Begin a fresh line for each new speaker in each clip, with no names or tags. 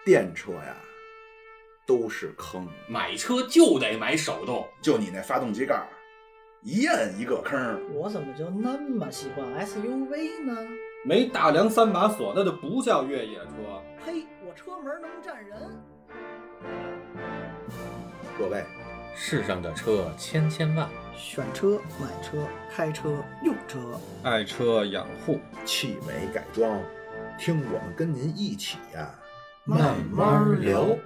电车呀都是坑，
买车就得买手动，
就你那发动机盖一摁一个坑。
我怎么就那么喜欢 SUV 呢？
没大梁3把锁那就不叫越野车。
嘿，我车门能站人。
各位，
世上的车千千万，
选车、买车、开车、用车，
爱车养护，
汽美改装，听我们跟您一起呀，
慢慢聊。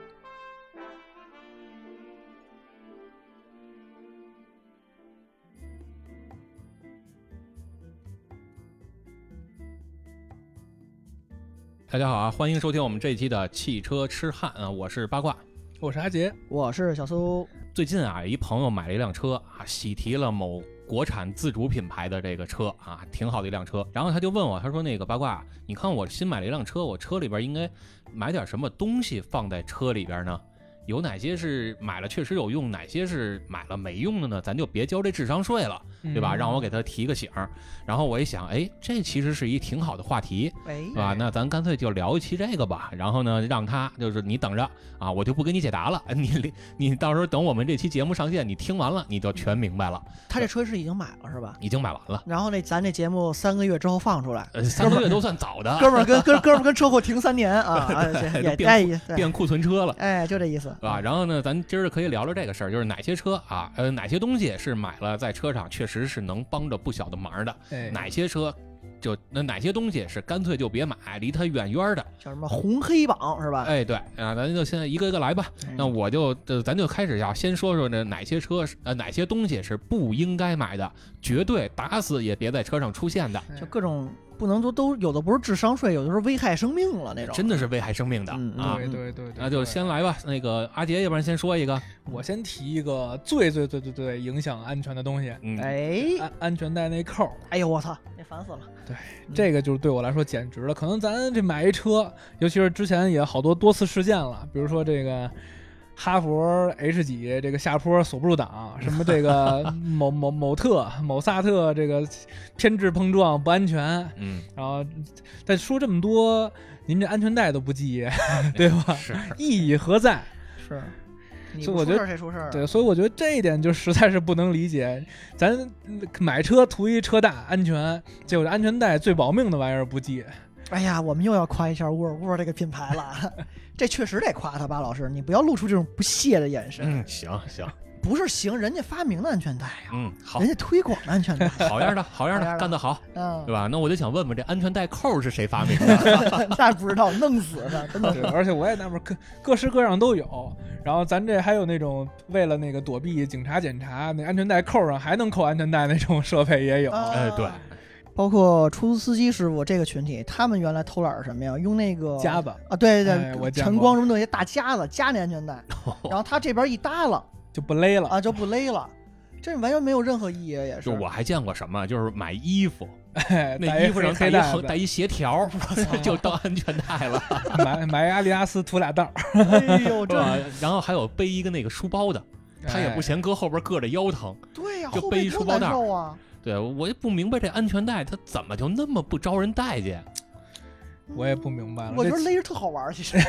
大家好啊，欢迎收听我们这一期的汽车痴汉啊，我是八卦，
我是阿杰，
我是小苏。
最近啊，一朋友买了一辆车啊，喜提了某国产自主品牌的这个车啊，挺好的一辆车。然后他就问我，他说那个八卦，你看我新买了一辆车，我车里边应该买点什么东西放在车里边呢？有哪些是买了确实有用，哪些是买了没用的呢？咱就别交这智商税了，对吧？让我给他提个醒。然后我一想，哎，这其实是一挺好的话题，对吧？那咱干脆就聊一期这个吧。然后呢，让他就是你等着啊，我就不给你解答了。你到时候等我们这期节目上线，你听完了你就全明白了。
他这车是已经买了是吧？
已经买完了。
然后咱这节目3个月之后放出来
，3个月都算早的。
哥们儿跟车祸停3年啊，也
变库存车了。
哎，就这意思。
啊，然后呢，咱今儿可以聊聊这个事儿，就是哪些车啊，哪些东西是买了在车上确实是能帮着不小的忙的，哪些车哪些东西是干脆就别买，离它远远的，
叫什么红黑榜是吧？
哎，对啊，咱就现在一个一个来吧。那咱就开始要先说说这哪些车哪些东西是不应该买的，绝对打死也别在车上出现的，
就各种。不能说都有的不是智商税，有的是危害生命了那种，
真的是危害生命的啊！
对，
那就先来吧。那个阿杰，要不然先说一个，
我先提一个最影响安全的东西，安全带那扣。
哎呦我操，那烦死了。
对，这个就是对我来说简直了。可能咱这买一车，尤其是之前也好多次事件了，比如说这个。哈佛 H 几这个下坡锁不住档，什么这个某萨特这个偏置碰撞不安全，然后但说这么多，您这安全带都不系，对吧？
是
意义何在？
是，
所以我觉得
谁出事儿？
对，所以我觉得这一点就实在是不能理解。咱买车图一车大安全，结果这安全带最保命的玩意儿不系。
哎呀，我们又要夸一下沃尔沃这个品牌了，这确实得夸他吧，老师，你不要露出这种不屑的眼神。
行，
不是行，人家发明的安全带呀，
好，
人家推广的安全带，
好样的，干得好，对吧？那我就想问问，这安全带扣是谁发明的？
那不知道，弄死的，真的是。
而且我也纳闷，各式各样都有。然后咱这还有那种为了那个躲避警察检查，那安全带扣上还能扣安全带那种设备也有。
对。
包括出租司机师傅这个群体，他们原来偷懒是什么呀？用那个
夹子
啊，对，
晨
光什么东西大夹子夹那安全带，然后他这边一耷拉
就不勒了
啊，就不勒了，这完全没有任何意义，也是。
就我还见过什么，就是买衣服，那衣服上带一斜条，就当安全带了。
买阿迪达斯涂俩道，
哎呦，这
然后还有背一个那个书包的，他也不嫌搁后边硌着腰疼，
对呀，
就背一书包带
啊。
对，我也不明白这安全带它怎么就那么不招人待见，
我也不明白了。
我觉得勒着特好玩，其实。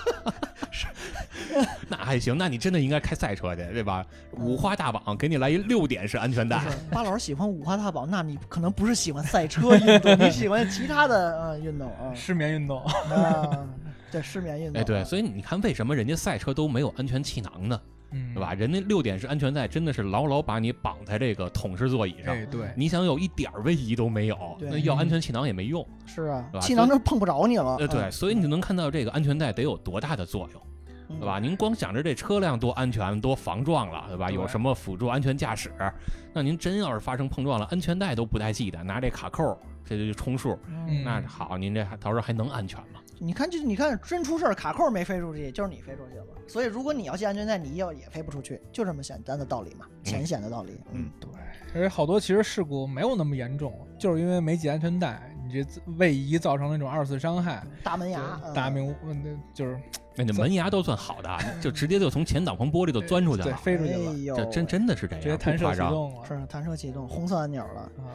那还行，那你真的应该开赛车去，对吧？五花大绑，给你来一6点式安全带。
巴老师喜欢五花大绑，那你可能不是喜欢赛车运动，你喜欢其他的运动啊，
失眠运动
啊，对，失眠运动。
哎，对，所以你看，为什么人家赛车都没有安全气囊呢？对吧？人家6点式安全带真的是牢牢把你绑在这个桶式座椅上，
对，
你想有一点位移都没有，那要安全气囊也没用。
是啊，气囊就碰不着你了。
对，所以你就能看到这个安全带得有多大的作用，对吧？您光想着这车辆多安全、多防撞了，对吧？有什么辅助安全驾驶，那您真要是发生碰撞了，安全带都不带系的，拿这卡扣这就充数，那好，您这到时候还能安全吗？
你看真出事卡扣没飞出去，就是你飞出去了。所以如果你要系安全带，你也飞不出去，就这么简单的道理嘛，浅显的道理。
对。而且好多其实事故没有那么严重，就是因为没系安全带，你这位移造成那种2次伤害，
大门牙，
就是
那你门牙都算好的，就直接就从前挡风玻璃就钻出去了，
对，飞出去了。
这真的是这样，
直接弹射启动了，
是弹射启动，红色按钮了。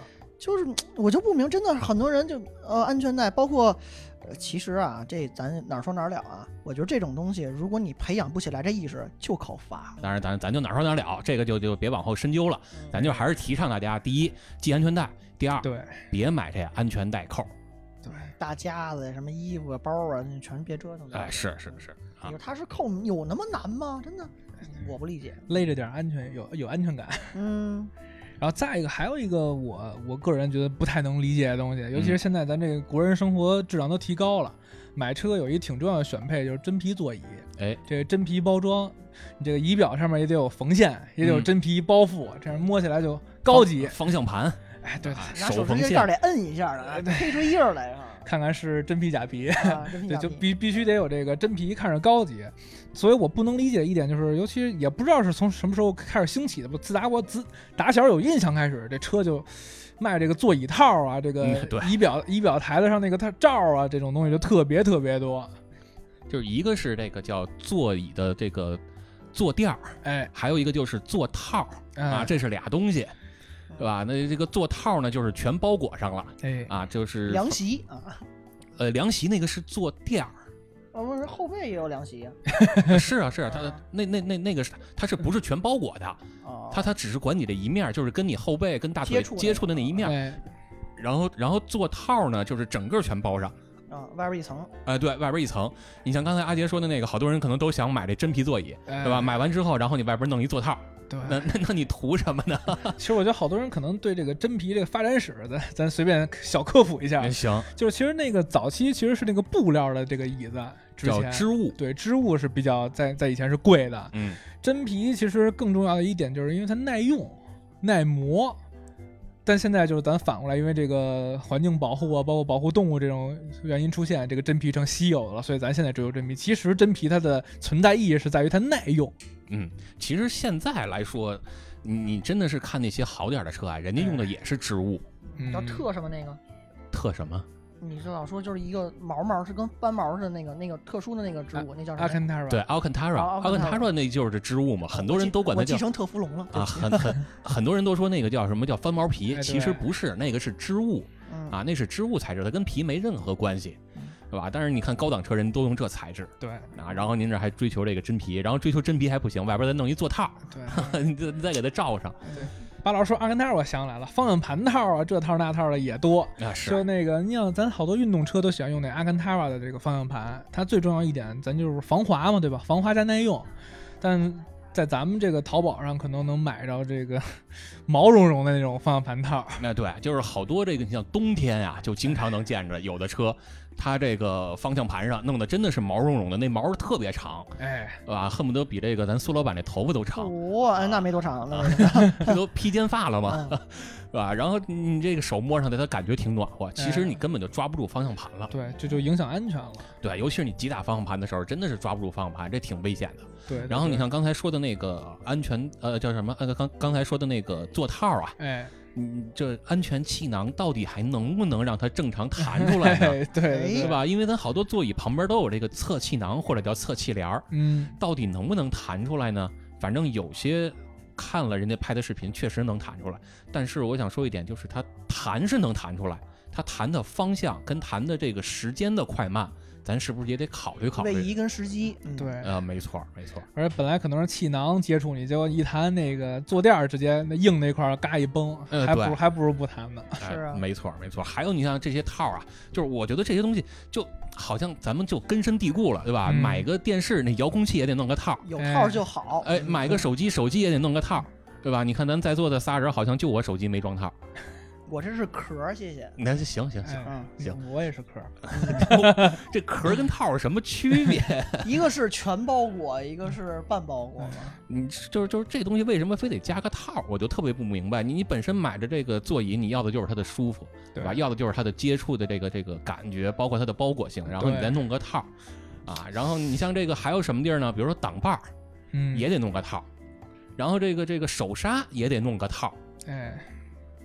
就是我就不明，真的很多人就安全带，包括其实啊，这咱哪说哪了啊？我觉得这种东西，如果你培养不起来这意识，就靠罚。
当然咱就哪说哪了，这个就别往后深究了，咱就还是提倡大家，第一系安全带，第二
对，
别买这安全带扣。
对，大夹子什么衣服啊、包啊，全别折腾。
哎，是啊，
它是扣有那么难吗？真的，我不理解。
勒着点安全，有安全感。然后再一个，还有一个我个人觉得不太能理解的东西，尤其是现在咱这个国人生活质量都提高了，买车有一挺重要的选配就是真皮座椅。
哎，
这个真皮包装，你这个仪表上面也得有缝线，也得有真皮包覆，这样摸起来就高级。
方向盘，
哎，对，
拿手指甲盖得摁一下的，黑出印儿来。
看看是真皮假皮，对，就
皮
必须得有这个真皮，看着高级。所以我不能理解一点就是，尤其也不知道是从什么时候开始兴起的，自打我打小有印象开始，这车就卖这个座椅套啊，这个仪表台子上那个罩啊，这种东西就特别多。
就是一个是这个叫座椅的这个坐垫儿，
哎，
还有一个就是座套啊，这是俩东西。对吧？那这个座套呢，就是全包裹上了，
哎
啊，就是
凉席啊，
凉席那个是坐垫儿，
不是后背也有凉席啊？
是啊，它那个它是不是全包裹的？它只是管你这一面，就是跟你后背跟大腿接触的那一面，然后座套呢，就是整个全包上。
外边一层，
对外边一层。你像刚才阿杰说的那个，好多人可能都想买这真皮座椅，对吧？买完之后，然后你外边弄一座套。
对，
那你图什么呢？
其实我觉得好多人可能对这个真皮这个发展史，咱随便小科普一下。
行，
就是其实那个早期其实是那个布料的这个椅子，
叫织物，
对，织物是比较在以前是贵的。
嗯，
真皮其实更重要的一点就是因为它耐用、耐磨。但现在就是咱反过来，因为这个环境保护啊，包括保护动物这种原因出现，这个真皮成稀有的了，所以咱现在追求真皮。其实真皮它的存在意义是在于它耐用。
其实现在来说，你真的是看那些好点的车啊，人家用的也是织物。
叫特什么那个？
特什么？
你就老说就是一个毛是跟斑毛似的那个特殊的那个植物，那叫什么？
Alcantara。
对 Alcantara 那就是织物嘛，很多人都管它叫。
我继承特氟龙了
啊，很多人都说那个叫什么叫翻毛皮，其实不是，那个是织物啊，那是织物材质，它跟皮没任何关系。对吧？但是你看高档车人都用这材质，
对
啊，然后您这还追求这个真皮，然后追求真皮还不行，外边再弄一座套，
对，
你再给它罩上。
对，巴老师说阿根塔，我想起来了，方向盘套啊，这套那套的也多
啊。是，
就那个，你想咱好多运动车都喜欢用那阿根塔的这个方向盘，它最重要一点，咱就是防滑嘛，对吧？防滑加耐用，但在咱们这个淘宝上可能能买着这个毛茸茸的那种方向盘套。
那对，就是好多这个，你像冬天啊，就经常能见着有的车，它这个方向盘上弄的真的是毛茸茸的，那毛特别长，
哎，
对吧？恨不得比这个咱苏老板这头发都长。
那没多长，
这都披肩发了嘛，是吧？然后你这个手摸上去，它感觉挺暖和，其实你根本就抓不住方向盘了。
对，这就影响安全了。
对，尤其是你急打方向盘的时候，真的是抓不住方向盘，这挺危险的。
对。
然后你像刚才说的那个安全，叫什么？刚才说的那个座套啊，
哎，
这安全气囊到底还能不能让它正常弹出来呢？
对，
是吧？因为咱好多座椅旁边都有这个侧气囊或者叫侧气帘儿，到底能不能弹出来呢？反正有些看了人家拍的视频，确实能弹出来。但是我想说一点，就是它弹是能弹出来，它弹的方向跟弹的这个时间的快慢，咱是不是也得考虑考虑？
位移跟时机，
对，
没错没错。
而且本来可能是气囊接触你，结果一弹那个坐垫直接那硬那块嘎一崩，还不如不弹呢。
是啊，
没错没错。还有你像这些套啊，就是我觉得这些东西就好像咱们就根深蒂固了，对吧？买个电视那遥控器也得弄个套，
有套就好。
哎，买个手机也得弄个套，对吧？你看咱在座的仨人，好像就我手机没装套。
我这是壳，谢谢。
那行，
我也是壳。
这壳跟套有什么区别？
一个是全包裹，一个是半包裹嘛。
你就是这东西为什么非得加个套？我就特别不明白。你本身买的这个座椅，你要的就是它的舒服，对吧？要的就是它的接触的这个感觉，包括它的包裹性，然后你再弄个套啊。然后你像这个还有什么地儿呢？比如说挡把儿，也得弄个套。然后这个手刹也得弄个套。
哎。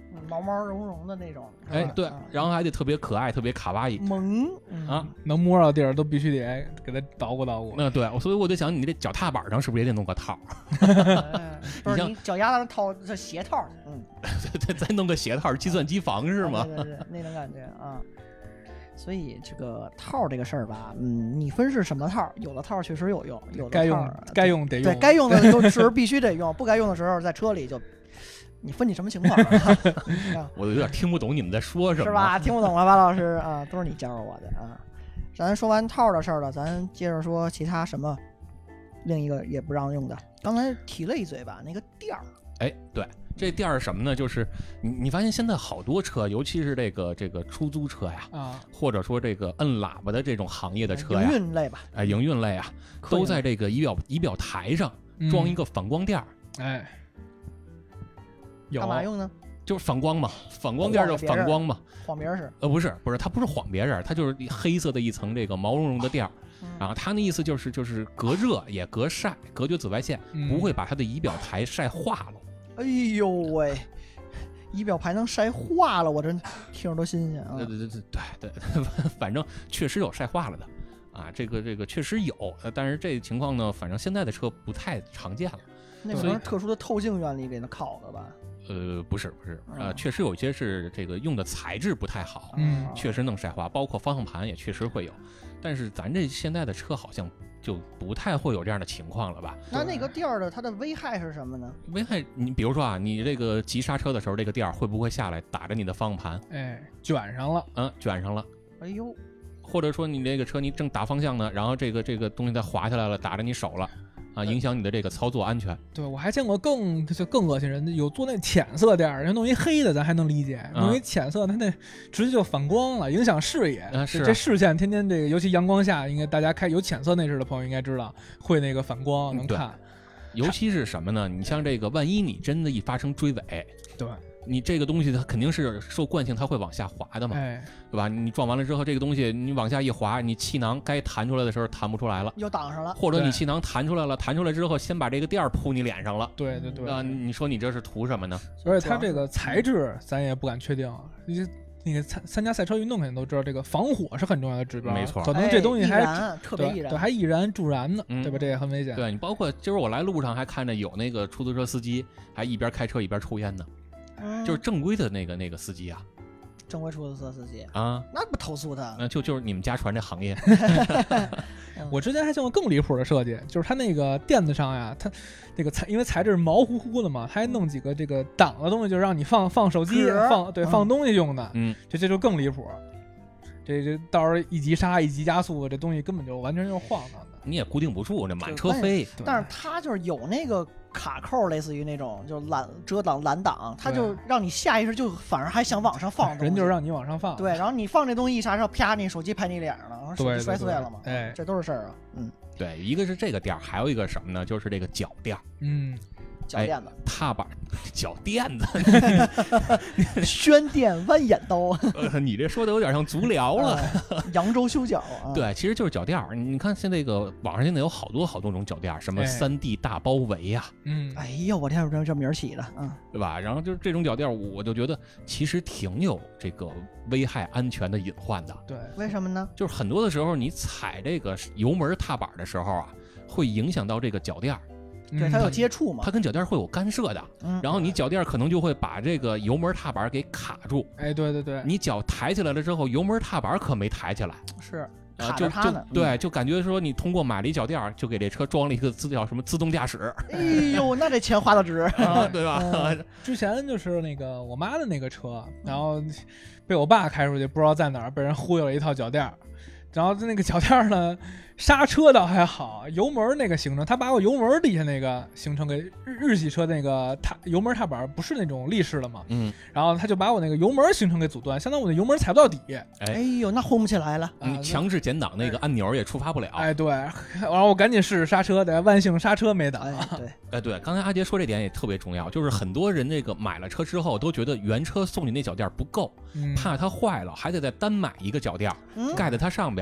毛毛茸茸的那种。
哎，对，然后还得特别可爱，特别卡哇伊
萌
啊，
能摸到地儿都必须得给它捣鼓捣鼓。
那对，所以我就想，你这脚踏板上是不是也得弄个套？
不是你脚丫子套这鞋套，
再弄个鞋套，计算机房是吗？
对，那种感觉啊。所以这个套这个事儿吧，你分是什么套？有的套确实有用，有的
该用得用，
对，该用的就是必须得用，不该用的时候在车里就，你分你什么情况？
我有点听不懂你们在说什么，
是吧？听不懂了，巴老师啊，都是你教我的啊。咱说完套的事儿了，咱接着说其他什么，另一个也不让用的，刚才提了一嘴吧，那个垫儿。
哎，对。这垫儿什么呢？就是你发现现在好多车，尤其是这个出租车呀，或者说这个摁喇叭的这种行业的车呀，
营运类吧，
营运类啊，都在这个仪表台上装一个反光垫儿。
哎，有
干嘛用呢？
就是反光嘛，反光垫就反光嘛。
晃别人是？
不是，它不是晃别人，它就是黑色的一层这个毛茸茸的垫儿。啊，它那意思就是隔热也隔晒，隔绝紫外线，不会把它的仪表台晒化了。
哎呦喂，仪表盘能晒化了，我真听着都新鲜啊！
对，反正确实有晒化了的，啊，这个确实有，但是这个情况呢，反正现在的车不太常见了。
那有什么特殊的透镜原理给它烤的吧？
不是，确实有一些是这个用的材质不太好，确实能晒化，包括方向盘也确实会有，但是咱这现在的车好像就不太会有这样的情况了吧？
那个垫儿的它的危害是什么呢？
危害，你比如说啊，你这个急刹车的时候，这个垫儿会不会下来打着你的方向盘？
哎，卷上了，
卷上了。
哎呦，
或者说你这个车你正打方向呢，然后这个东西它滑下来了，打着你手了。啊，影响你的这个操作安全。
对，我还见过更恶心人的，有做那浅色垫儿，人弄一黑的咱还能理解，弄一浅色，它那直接就反光了，影响视野。这视线天天这个，尤其阳光下，应该大家有浅色内饰的朋友应该知道，会那个反光能看。
尤其是什么呢？你像这个，万一你真的一发生追尾，
对。
你这个东西它肯定是受惯性，它会往下滑的嘛，对吧？你撞完了之后，这个东西你往下一滑，你气囊该弹出来的时候弹不出来了，
又挡上了，
或者你气囊弹出来了，弹出来之后先把这个垫儿铺你脸上了，
对，
你说你这是图什么呢？
而且它这个材质咱也不敢确定，那个参加赛车运动肯定都知道，这个防火是很重要的指标，
没错，
可能这东西还
特别易燃，
对，还易燃助燃呢，对吧？这也很危险。
对你包括今儿我来路上还看着有那个出租车司机还一边开车一边抽烟呢。就是正规的那个司机啊，
正规出租车司机
啊，
那不投诉他？
那就是你们家传这行业。
我之前还见过更离谱的设计，就是它那个垫子上呀，它那个因为材质毛乎乎的嘛，它还弄几个这个挡的东西，就是让你放手机、放东西用的。这就更离谱。这到时候一急刹、一急加速，这东西根本就完全就是晃荡的。
你也固定不住，这满车飞。
但是它就是有那个卡扣，类似于那种就是遮挡拦挡，它就让你下意识就反而还想往上放。
人就是让你往上放。
对，然后你放这东西一刹车，啪，那手机拍你脸上了，然后手机摔碎了嘛。
哎，
这都是事儿啊。
对，一个是这个垫儿，还有一个什么呢？就是这个脚垫儿。
脚垫子、
踏板、脚垫子、
宣电、弯眼刀。
你这说的有点像足疗了。
扬州修脚啊。
对，其实就是脚垫儿。你看现在这个网上现在有好多种脚垫儿，什么3D 大包围呀。
哎呀，我天，这名儿起的，
对吧？然后就是这种脚垫儿，我就觉得其实挺有这个危害安全的隐患的。
对，
为什么呢？
就是很多的时候，你踩这个油门踏板的时候啊，会影响到这个脚垫儿。
对，它有接触嘛，
它跟脚垫会有干涉的，然后你脚垫可能就会把这个油门踏板给卡住。
哎，对，
你脚抬起来了之后，油门踏板可没抬起来，
是卡着它呢。
对，就感觉说你通过买了一脚垫，就给这车装了一个叫什么自动驾驶。
哎呦，那这钱花的值，
对吧？
之前就是那个我妈的那个车，然后被我爸开出去，不知道在哪儿被人忽悠了一套脚垫，然后那个脚垫呢。刹车倒还好，油门那个行程，他把我油门底下那个行程给日系车那个油门踏板不是那种立式的嘛，然后他就把我那个油门行程给阻断，相当于我的油门踩不到底。
哎呦，那轰不起来了，
你强制减档那个按钮也触发不了。
哎，对，然后我赶紧试试刹车，得万幸刹车没打。
对，刚才阿杰说这点也特别重要，就是很多人这个买了车之后都觉得原车送你那脚垫不够，怕它坏了，还得再单买一个脚垫盖在它上边。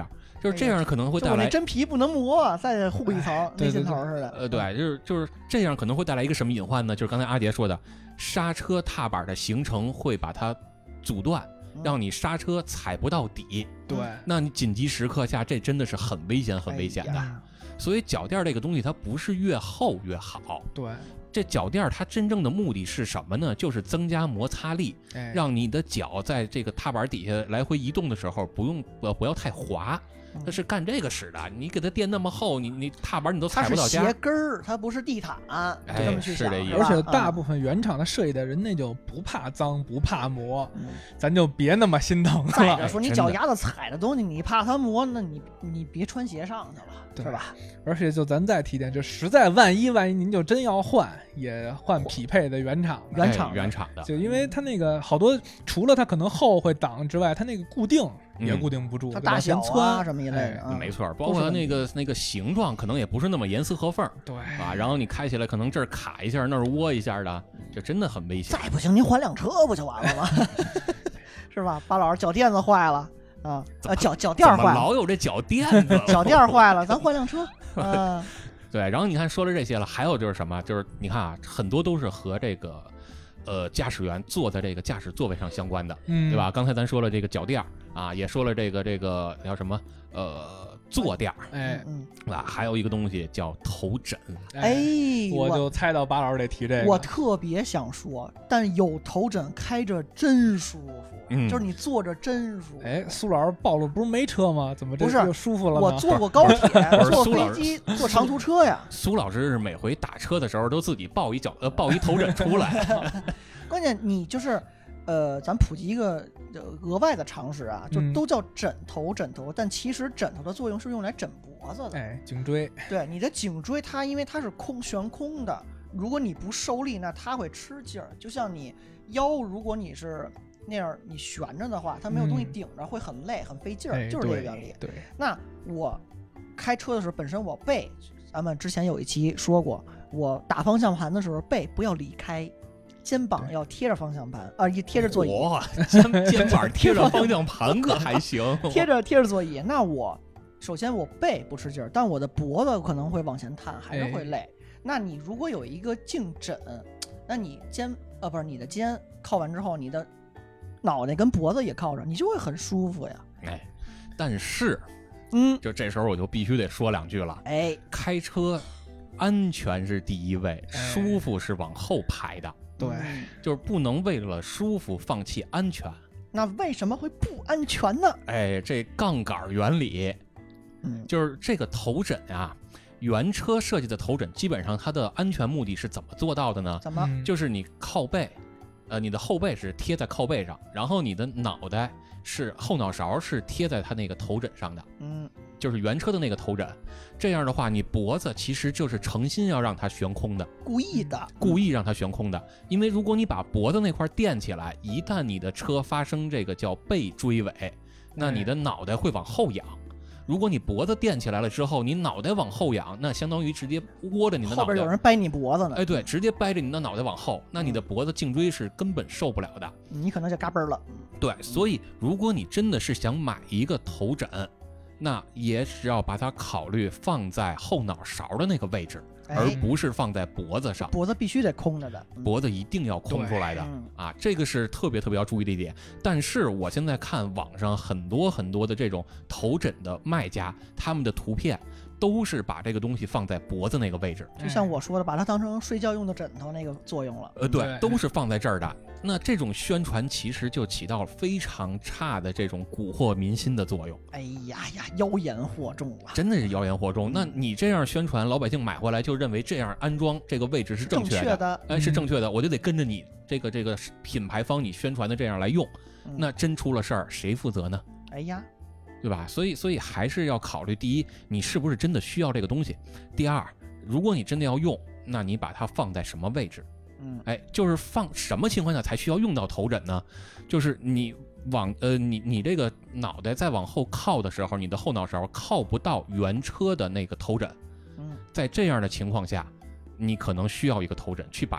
就是这样可能会带
就我那
来。
真皮不能磨，再护一层，
对对
那劲头似的。
对，就是这样可能会带来一个什么隐患呢？就是刚才阿杰说的，刹车踏板的形成会把它阻断，让你刹车踩不到底。
对，
那你紧急时刻下，这真的是很危险、很危险的。
哎呀
所以脚垫这个东西，它不是越厚越好。
对，
这脚垫它真正的目的是什么呢？就是增加摩擦力，
哎，
让你的脚在这个踏板底下来回移动的时候，不要太滑。它是干这个使的。你给它垫那么厚，你踏板你都
它是
踩不到家。
鞋跟儿，它不是地毯，就这么去想。
是这意思
是吧
而且大
啊
部分原厂的设计的人那就不怕脏不怕磨，
嗯
咱就别那么心疼了。
再者说，你
真的
脚丫子踩的东西，你怕它磨，那你别穿鞋上去了，
对
是吧？
而且就咱再提点，就实在万一您就真要换，也换匹配的原厂的。
原厂的。
就因为它那个好多，除了它可能厚会挡之外，它那个固定也
嗯
固定不住，
它
就往
大小啊
前窜。
什么一类的，
没错，包括那个形状可能也不是那么严丝合缝
对
啊，然后你开起来可能这儿卡一下那儿窝一下的，这真的很危险。
再不行您换辆车不就完了吗？是吧？巴老师脚垫子坏了啊，脚垫
怎么
坏了，
老有这脚垫子？
脚垫坏了，咱换辆车。嗯，
对，然后你看说了这些了，还有就是什么？就是你看啊，很多都是和这个驾驶员坐在这个驾驶座位上相关的，
嗯，
对吧？刚才咱说了这个脚垫啊，也说了这个叫什么坐垫
哎，
嗯，
啊，还有一个东西叫头枕。
哎，
我就猜到巴老师得提这个。
我特别想说，但有头枕开着真舒服，就是你坐着真舒服。
哎，苏老师暴露不是没车吗？怎么这
不是
又舒服了呢？
我坐过高铁，坐
苏老师
飞机，坐长途车呀。
苏老师是每回打车的时候都自己抱一头枕出来。
关键你就是，咱普及一个额外的常识啊，就都叫枕头，但其实枕头的作用是用来枕脖子的。
哎，颈椎。
对，你的颈椎它因为它是悬空的，如果你不受力，那它会吃劲儿。就像你腰，如果你是那样你悬着的话，它没有东西顶着，会很累很费劲儿，就是这个原理。
对。
那我开车的时候，本身我背，咱们之前有一期说过，我打方向盘的时候背不要离开。肩膀要贴着方向盘啊，也贴着座椅。
肩膀贴着方向盘可还行。
贴着座椅，那我首先我背不吃劲儿，但我的脖子可能会往前探，还是会累。那你如果有一个颈枕，那你不是你的肩靠完之后，你的脑袋跟脖子也靠着，你就会很舒服呀。
哎，但是，就这时候我就必须得说两句了。
哎，
开车安全是第一位，舒服是往后排的。
对，
就是不能为了舒服放弃安全。
那为什么会不安全呢？
哎，这杠杆原理，就是这个头枕啊，原车设计的头枕，基本上它的安全目的是怎么做到的呢？
怎么？
就是你靠背，你的后背是贴在靠背上，然后你的脑袋是后脑勺是贴在它那个头枕上的。就是原车的那个头枕，这样的话，你脖子其实就是诚心要让它悬空的，
故意让
它悬空的。因为如果你把脖子那块垫起来，一旦你的车发生这个叫背追尾，那你的脑袋会往后仰。如果你脖子垫起来了之后，你脑袋往后仰，那相当于直接窝着你的脑袋，
后边有人掰你脖子呢。
哎，对，直接掰着你的脑袋往后，那你的脖子颈椎是根本受不了的，
你可能就嘎嘣了。
对，所以如果你真的是想买一个头枕，那也是要把它考虑放在后脑勺的那个位置，而不是放在脖子上。
脖子必须得空着的，
脖子一定要空出来的啊，这个是特别要注意的一点。但是我现在看网上很多的这种头枕的卖家，他们的图片都是把这个东西放在脖子那个位置，
就像我说的，把它当成睡觉用的枕头那个作用了。
对，都是放在这儿的。那这种宣传其实就起到了非常差的这种蛊惑民心的作用。
哎呀，妖言惑众了，
真的是妖言惑众。那你这样宣传，老百姓买回来就认为这样安装这个位置是正确的，哎，是正确的，我就得跟着你这个品牌方你宣传的这样来用。那真出了事儿，谁负责呢？
哎呀，
对吧？所以还是要考虑，第一，你是不是真的需要这个东西；第二，如果你真的要用，那你把它放在什么位置？哎，就是放什么情况下才需要用到头枕呢？就是你你这个脑袋再往后靠的时候，你的后脑勺靠不到原车的那个头枕。在这样的情况下，你可能需要一个头枕去把它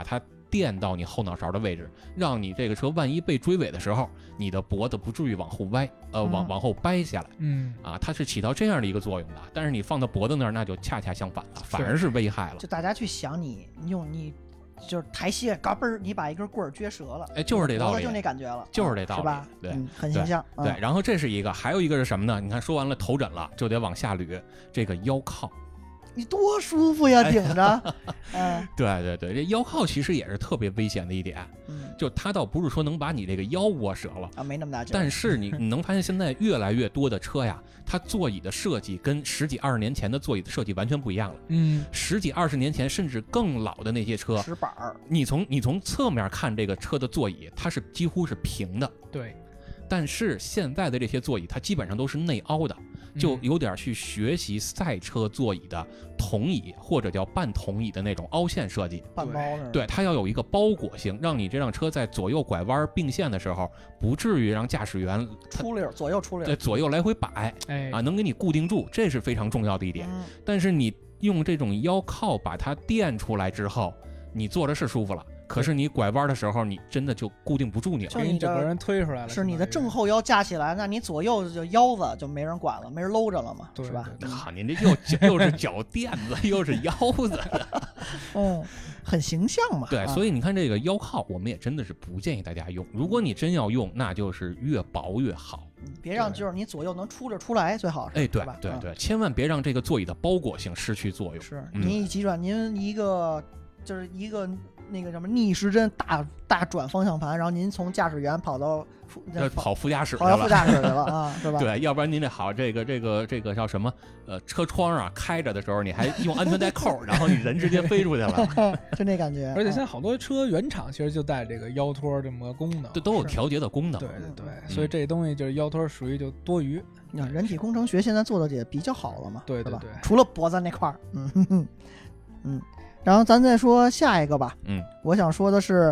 垫到你后脑勺的位置，让你这个车万一被追尾的时候，你的脖子不至于往后歪，往后掰下来。它是起到这样的一个作用的。但是你放到脖子那儿，那就恰恰相反了，反而是危害了。
就大家去想你就是抬膝盖，嘎嘣儿，你把一根棍儿撅折了，
哎，就是这道理，
就那感觉了，
就是这道理，
是吧？
对，
很形象。
对，然后这是一个，还有一个是什么呢？你看，说完了头枕了，就得往下捋这个腰靠。
你多舒服呀，顶着。
对，这腰靠其实也是特别危险的一点。就它倒不是说能把你这个腰窝折了
啊，没那么大劲。
但是你能发现现在越来越多的车呀，它座椅的设计跟10几20年前的座椅的设计完全不一样了。10几20年前甚至更老的那些车，
石板儿，
你从侧面看这个车的座椅，它是几乎是平的。
对。
但是现在的这些座椅，它基本上都是内凹的，就有点去学习赛车座椅的筒椅或者叫半筒椅的那种凹陷设计。
半包的。对，
它要有一个包裹性，让你这辆车在左右拐弯并线的时候，不至于让驾驶员
出溜，左右出溜，
对，左右来回摆，能给你固定住，这是非常重要的一点。但是你用这种腰靠把它垫出来之后，你坐着是舒服了。可是你拐弯的时候，你真的就固定不住你了，
就你
整个人推出来了。
是你的正后腰架起来，那你左右就腰子就没人管了，没人搂着了嘛，是吧？
好，您这又是脚垫子，又是腰子，
很形象嘛。
对，所以你看这个腰靠，我们也真的是不建议大家用。如果你真要用，那就是越薄越好。
别让就是你左右能出着出来最好是。
哎，对，千万别让这个座椅的包裹性失去作用。
是，您一急转，您一个就是一个。那个什么逆时针大转方向盘，然后您从驾驶员跑
副驾驶去
了，跑到副驾驶去了啊，是吧？
对，要不然您得好这个叫什么？车窗啊开着的时候，你还用安全带扣，然后你人直接飞出去了，
就那感觉。
而且现在好多车原厂其实就带这个腰托这么个功能，
这都有调节的功能。
对，所以这东西就是腰托属于就多余。
人体工程学现在做的也比较好了嘛，
对
吧？除了脖子那块儿，然后咱再说下一个吧。我想说的是，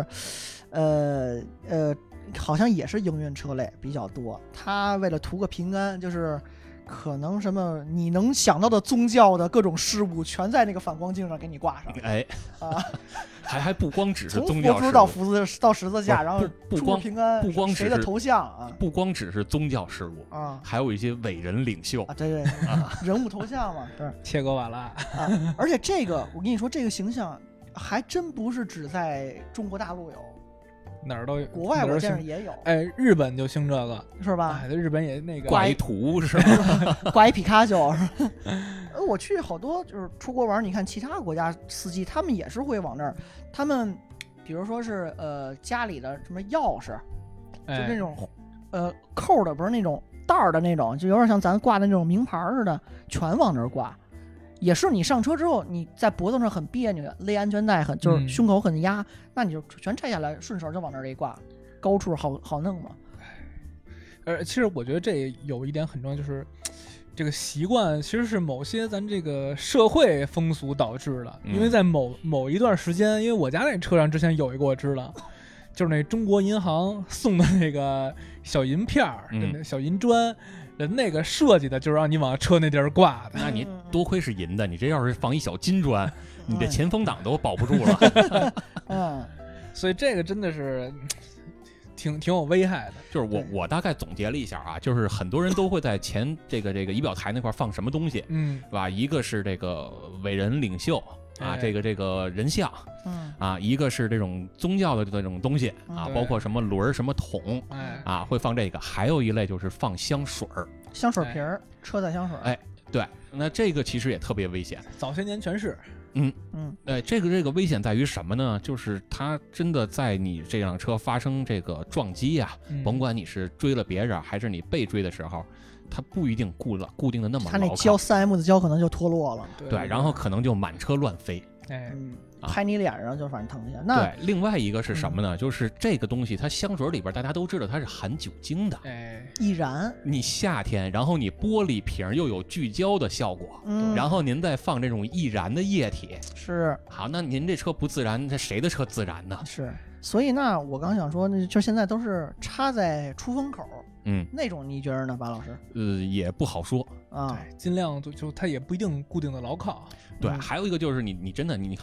好像也是营运车类比较多。他为了图个平安，就是可能什么你能想到的宗教的各种事物，全在那个反光镜上给你挂上。
还不光只是宗教事物，
从佛珠到十字架，然后
不光
平安，
不光
谁的头像啊，
不光只是宗教事物
啊，
还有一些伟人领袖
啊，对，人物头像嘛，是
切格瓦拉
啊。而且这个我跟你说，这个形象还真不是只在中国大陆有，
哪儿都有，
国外我见着也有。
日本就兴这个
是吧？
日本也那个
挂一图是吧？
挂一皮卡丘是吧？我去好多就是出国玩，你看其他国家司机他们也是会往那儿，他们比如说是家里的什么钥匙，就那种扣的，不是那种带儿的那种，就有点像咱挂的那种名牌似的，全往那儿挂。也是你上车之后，你在脖子上很别扭，勒安全带就是胸口很压，那你就全拆下来，顺手就往那儿一挂，高处好弄嘛。
其实我觉得这有一点很重要，就是这个习惯其实是某些咱这个社会风俗导致的。因为在某一段时间，因为我家那车上之前有一个我知道，就是那中国银行送的那个小银片儿，那小银砖。人那个设计的就是让你往车那地儿挂的，
那你多亏是银的，你这要是放一小金砖，你这前风挡都保不住了。
所以这个真的是挺有危害的。
就是我大概总结了一下啊，就是很多人都会在前这个仪表台那块放什么东西，是吧？一个是这个伟人领袖啊，这个人像，啊，一个是这种宗教的这种东西啊，包括什么轮什么桶，啊，会放这个。还有一类就是放香水儿，
香水瓶儿，车载香水。
对，那这个其实也特别危险。
早些年全是。
这个危险在于什么呢？就是它真的在你这辆车发生这个撞击啊，甭管你是追了别人还是你被追的时候，它不一定固定的那么牢靠。它
那胶4M 的胶可能就脱落了，
对，然后可能就满车乱飞。
拍你脸上就反正疼一下。
对，另外一个是什么呢？就是这个东西，它香水里边大家都知道它是含酒精的，
易燃。
你夏天，然后你玻璃瓶又有聚焦的效果，然后您再放这种易燃的液体，
是
好，那您这车不自燃，这谁的车自燃呢？
是，所以那我刚想说，就现在都是插在出风口。那种你觉得呢，巴老师？
也不好说
啊，
尽量就它也不一定固定的牢靠。
对，还有一个就是你真的你看你放在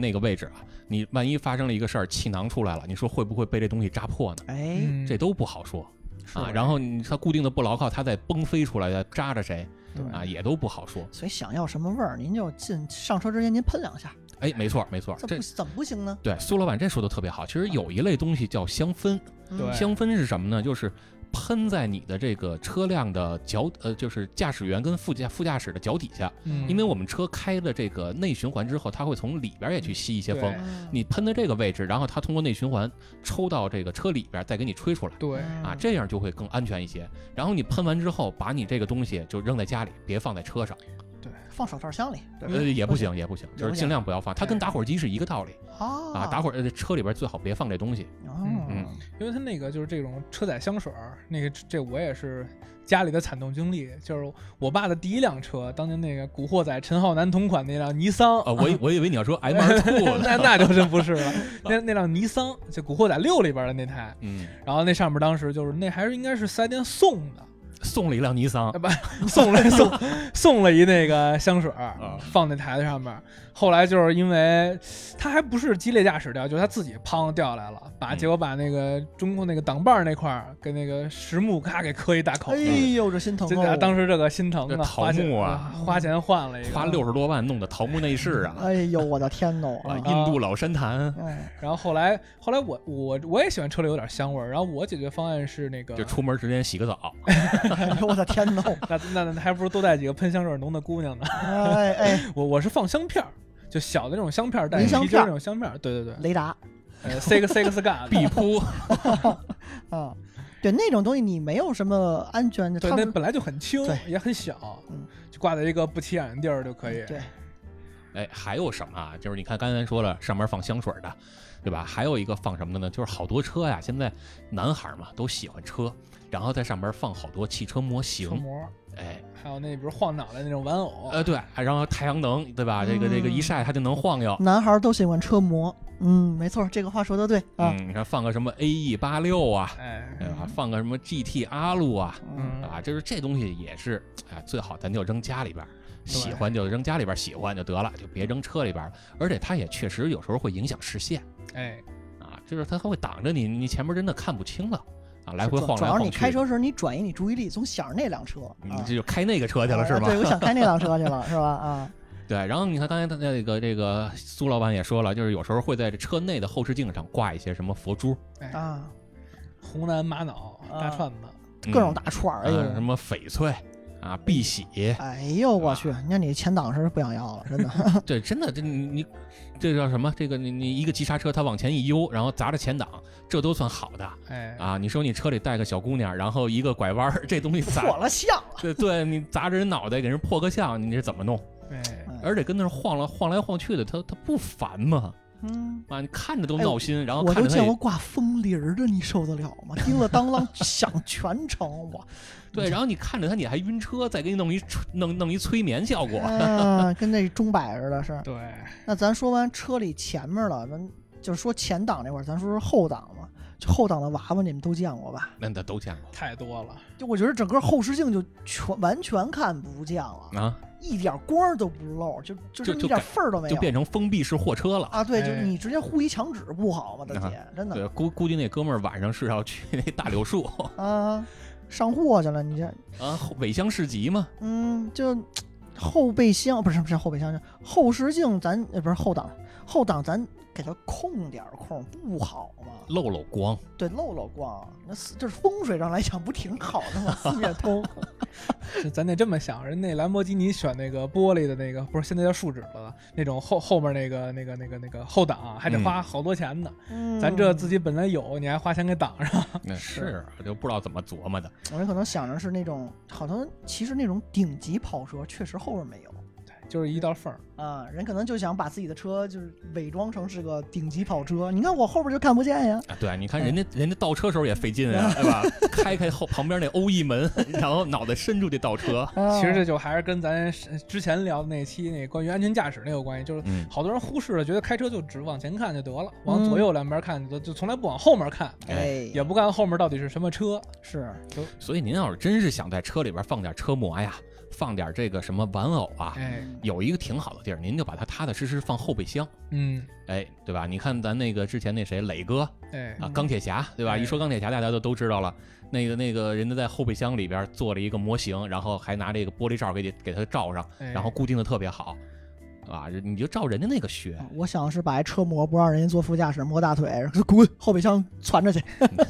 那个位置啊，你万一发生了一个事儿，气囊出来了，你说会不会被这东西扎破呢？
哎，
这都不好说啊。然后它固定的不牢靠，它再崩飞出来，扎着谁啊，也都不好说。
所以想要什么味儿，您就上车之前您喷2下。
哎，没错，
这怎么不行呢？
对，苏老板这说的特别好。其实有一类东西叫香氛，
对，
香氛是什么呢？就是喷在你的这个车辆的就是驾驶员跟副驾驶的脚底下，因为我们车开了这个内循环之后，它会从里边也去吸一些风，你喷的这个位置，然后它通过内循环抽到这个车里边，再给你吹出来，
对
啊，这样就会更安全一些。然后你喷完之后，把你这个东西就扔在家里，别放在车上。
对，
放手套箱里，
也不行，就是尽量不要放。它跟打火机是一个道理
啊，
车里边最好别放这东西。
因为它那个就是这种车载香水，这我也是家里的惨痛经历，就是我爸的第一辆车，当年那个古惑仔陈浩南同款那辆尼桑
啊，我以为你要说 M2
那就真不是了，那辆尼桑就古惑仔6里边的那台，然后那上面当时就是那还是应该是4S店送的。
送了一辆尼桑，
不送了一那个香水，放那台子上面。后来就是因为他还不是激烈驾驶掉，就是他自己砰掉来了，结果把那个中控那个挡把那块给那个实木咔给磕一大口。
哎呦，这心疼哦！
当时这个心疼啊，
桃木啊，
花钱换了一个，
花60多万弄的桃木内饰啊！
哎呦，我的天呐！
印度老山檀。
然后后来我也喜欢车里有点香味儿，然后我解决方案是那个，
就出门之前洗个澡。
哎呦，我的天呐！
那还不如多带几个喷香水浓的姑娘呢。
哎，
我是放香片儿。就小的那种香片，带皮筋那种香片，对，雷
达
，six gun
必扑
啊，对那种东西你没有什么安全的，
对，那本来就很轻，也很小，就挂在一个不起眼的地儿就可以。
对，
哎，还有什么啊？就是你看刚才说了，上面放香水的，对吧？还有一个放什么的呢？就是好多车呀，现在男孩嘛都喜欢车，然后在上面放好多汽车模型。哎，
还有那比如晃脑袋那种玩偶，
对，然后太阳能，对吧？这个一晒它就能晃悠。
男孩都喜欢车模，没错，这个话说的对啊。
你看放个什么 AE86啊，放个什么 GT 阿路啊，就是这东西也是，最好咱就扔家里边，喜欢就扔家里边，喜欢就得了，就别扔车里边。而且它也确实有时候会影响视线，就是它会挡着你前面真的看不清了。来回晃来晃去。
主要是你开车时你转移你注意力，总想着那辆车，
你这就开那个车去了是吗？
对，我想开那辆车去了，是吧？啊，
对。然后你看刚才这个苏老板也说了，就是有时候会在这车内的后视镜上挂一些什么佛珠
啊，
红蓝玛瑙大串子，
各种大串儿，
什么翡翠啊，碧玺。
哎呦我去，那你前挡是不想要了，真的。
对，真的，你这叫什么？这个你一个急刹车，它往前一悠，然后砸着前挡，这都算好的。你说你车里带个小姑娘，然后一个拐弯，这东西
破了相。
对，你砸着人脑袋，给人破个相，你这怎么弄？而且跟那晃来晃去的，它不烦吗？你看着都闹心，然后看着
我都见过挂风铃的，你受得了吗？叮了当啷响全程哇！
对，然后你看着它，你还晕车，再给你弄一催眠效果，
跟那钟摆似的，是。
对。
那咱说完车里前面了，咱就是说前挡那块儿，咱说说后挡嘛。就后挡的娃娃你们都见过吧？
那都见过，
太多了。
就我觉得整个后视镜就完全看不见了
啊，
一点光都不漏，就一点缝儿都没有，
就变成封闭式货车了
啊！对，就你直接糊一墙纸不好吗？大姐，真的。
对，估计那哥们儿晚上是要去那大柳树
啊，上货去了。你这
啊，尾箱市集嘛。
就后备箱不是后备箱，后视镜咱不是后挡咱给它空点空不好吗？
漏光。对，
漏光，那就是风水上来讲不挺好的吗？四面通。
咱得这么想，人那兰博基尼选那个玻璃的那个，不是现在叫树脂了，那种后面那个后挡还得花好多钱呢。咱这自己本来有，你还花钱给挡上。
那是就不知道怎么琢磨的。
我人可能想着是那种，好像其实那种顶级跑车确实后面没有。
就是一道缝
啊，人可能就想把自己的车就是伪装成是个顶级跑车，你看我后边就看不见呀。
对，你看人家倒车时候也费劲啊，对吧？开旁边那欧翼门，然后脑袋伸出去倒车。
其实这就还是跟咱之前聊的那期那关于安全驾驶那有关系，就是好多人忽视了，觉得开车就只往前看就得了，往左右两边看就从来不往后面看，也不看后面到底是什么车。
是，
所以您要是真是想在车里边放点车模呀，放点这个什么玩偶啊， 有一个挺好的地儿，您就把它踏踏实实放后备箱，哎，对吧？你看咱那个之前那谁磊哥，钢铁侠，对吧？一说钢铁侠，大家都知道了。那个人家在后备箱里边做了一个模型，然后还拿这个玻璃罩给它罩上，然后固定的特别好，啊，你就照人家那个学。
我想是把车磨不让人家坐副驾驶磨大腿，滚后备箱攒着去。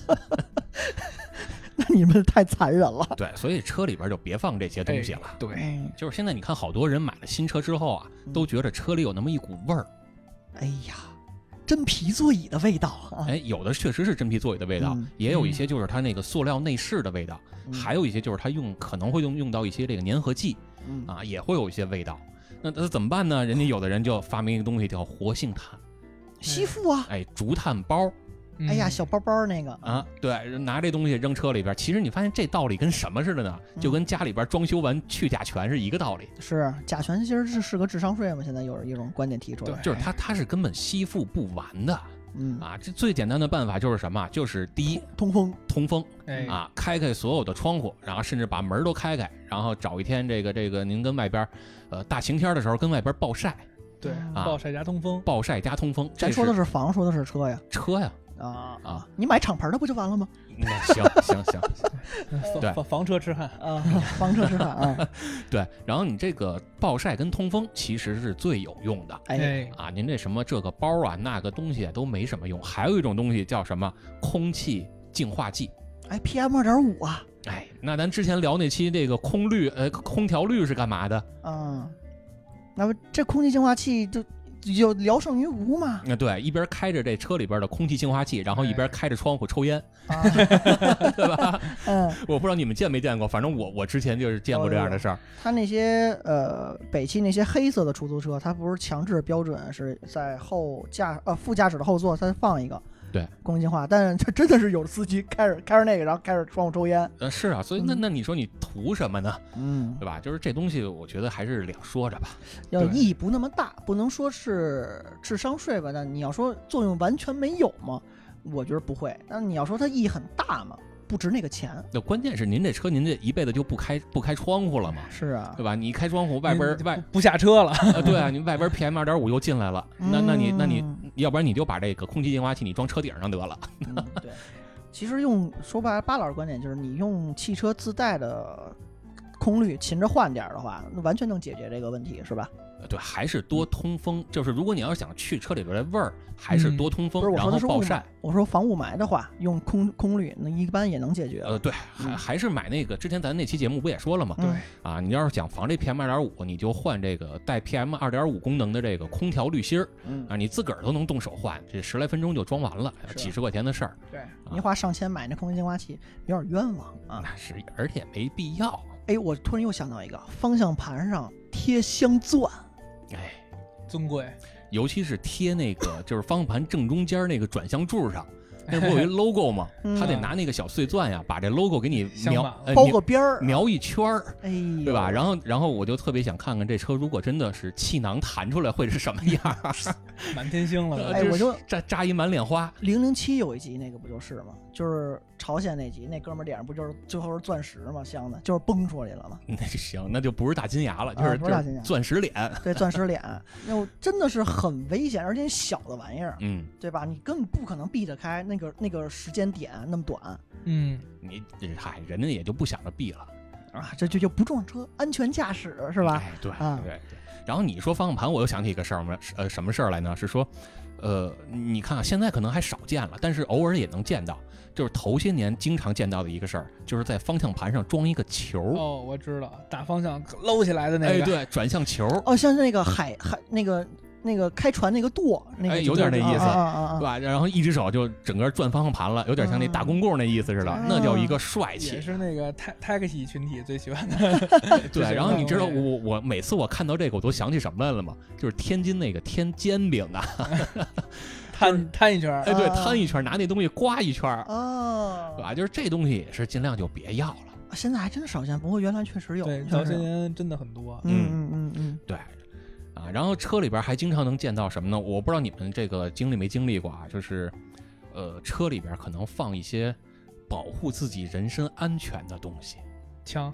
那你们太残忍了。
对，所以车里边就别放这些东西了。
对，
就是现在你看好多人买了新车之后啊，都觉得车里有那么一股味儿。
哎呀。真皮座椅的味道啊！
哎，有的确实是真皮座椅的味道，也有一些就是它那个塑料内饰的味道，还有一些就是它可能会用到一些这个粘合剂，啊，也会有一些味道。那怎么办呢？人家有的人就发明一个东西叫活性炭，
吸附啊，
哎，竹炭包。
哎呀，小包包那个
啊，对，拿这东西扔车里边，其实你发现这道理跟什么似的呢？就跟家里边装修完去甲醛是一个道理。
是甲醛其实是个智商税嘛？现在有一种观点提出来，
就是它是根本吸附不完的。啊，这最简单的办法就是什么？就是第一，通风，啊，开所有的窗户，然后甚至把门都开，然后找一天这个您跟外边，大晴天的时候跟外边暴晒。
对，暴晒加通风，
暴晒加通风。
咱说的是房，说的是车呀？
车呀。
啊！你买敞篷的不就完了吗？
行，对，
房车痴汉
啊，房车痴汉啊。
对，然后你这个暴晒跟通风其实是最有用的。
哎
啊，您这什么这个包啊那个东西都没什么用。还有一种东西叫什么空气净化剂？
哎 ，PM2.5啊。
哎，那咱之前聊那期这个空调滤是干嘛的？
那么这空气净化器就聊胜于无嘛？
对，一边开着这车里边的空气净化器，然后一边开着窗户抽烟，对吧？我不知道你们见没见过，反正我之前就是见过这样的事儿。
他那些北汽那些黑色的出租车，它不是强制标准是在副驾驶的后座它放一个
对
空气净化，但是这真的是有司机开着那个，然后开着窗户抽烟。
是啊，所以那你说你图什么呢？对吧？就是这东西，我觉得还是两说着吧。
要意义不那么大，不能说是智商税吧？但你要说作用完全没有吗？我觉得不会。但你要说它意义很大嘛？不值那个钱。
那关键是您这车，您这一辈子就不开窗户了嘛？
是啊，
对吧？你一开窗户，外边
不下车了。
对啊，你外边 PM2.5又进来了，那你要不然你就把这个空气净化器你装车顶上得了。
对，其实说白了，巴老师观点就是你用汽车自带的空滤勤着换点的话，那完全能解决这个问题，是吧？
对，还是多通风。就是如果你要想去车里边的味儿，还是多通风，然后暴晒。
我说防雾霾的话，用空滤那一般也能解决。
对，还是买那个之前咱那期节目不也说了吗？
对
啊，你要是想防这 PM2.5，你就换这个带 PM2.5功能的这个空调滤芯啊，你自个儿都能动手换，这10来分钟就装完了，几十块钱的事儿。
对，你花上千买那空气净化器有点冤枉啊。
那是，而且没必要。
哎，我突然又想到一个，方向盘上贴镶钻。
哎，
尊贵，
尤其是贴那个就是方向盘正中间那个转向柱上，那不有一 logo 吗？他得拿那个小碎钻呀，把这 logo 给你
包个边儿，
描一圈儿，
哎，
对吧？然后我就特别想看看这车如果真的是气囊弹出来会是什么样，
满天星了。
哎，我就
扎一满脸花。
007有一集那个不就是吗？就是朝鲜那集，那哥们儿脸上不就是最后是钻石吗？镶的，就是崩出来了吗？
那就行，那就不是大金牙了，就是钻石脸。
对，钻石脸，那真的是很危险，而且小的玩意儿，对吧？你根本不可能避得开那个时间点那么短，
你人家也就不想着避了
啊，这就不撞车，安全驾驶是吧？
哎，对啊，对。然后你说方向盘，我又想起一个事儿，什么事儿来呢？是说，你看现在可能还少见了，但是偶尔也能见到。就是头些年经常见到的一个事儿，就是在方向盘上装一个球。
哦，我知道，大方向搂起来的那个。
哎，对，转向球。
哦，像那个海那个开船那个舵，那个
有点那意思，对吧？然后一只手就整个转方向盘了，有点像那大公共那意思似的，那叫一个帅气。
也是那个taxi 群体最喜欢的。
对，然后你知道我每次我看到这个我都想起什么来了吗？就是天津那个天煎饼啊。
摊一圈，
哎，对，摊一圈，拿那东西刮一圈，对吧？就是这东西也是尽量就别要了。
现在还真少见，不过原来确实有。
对，早些年真的很多。
对，啊，然后车里边还经常能见到什么呢？我不知道你们这个经历没经历过啊，就是车里边可能放一些保护自己人身安全的东西，
枪。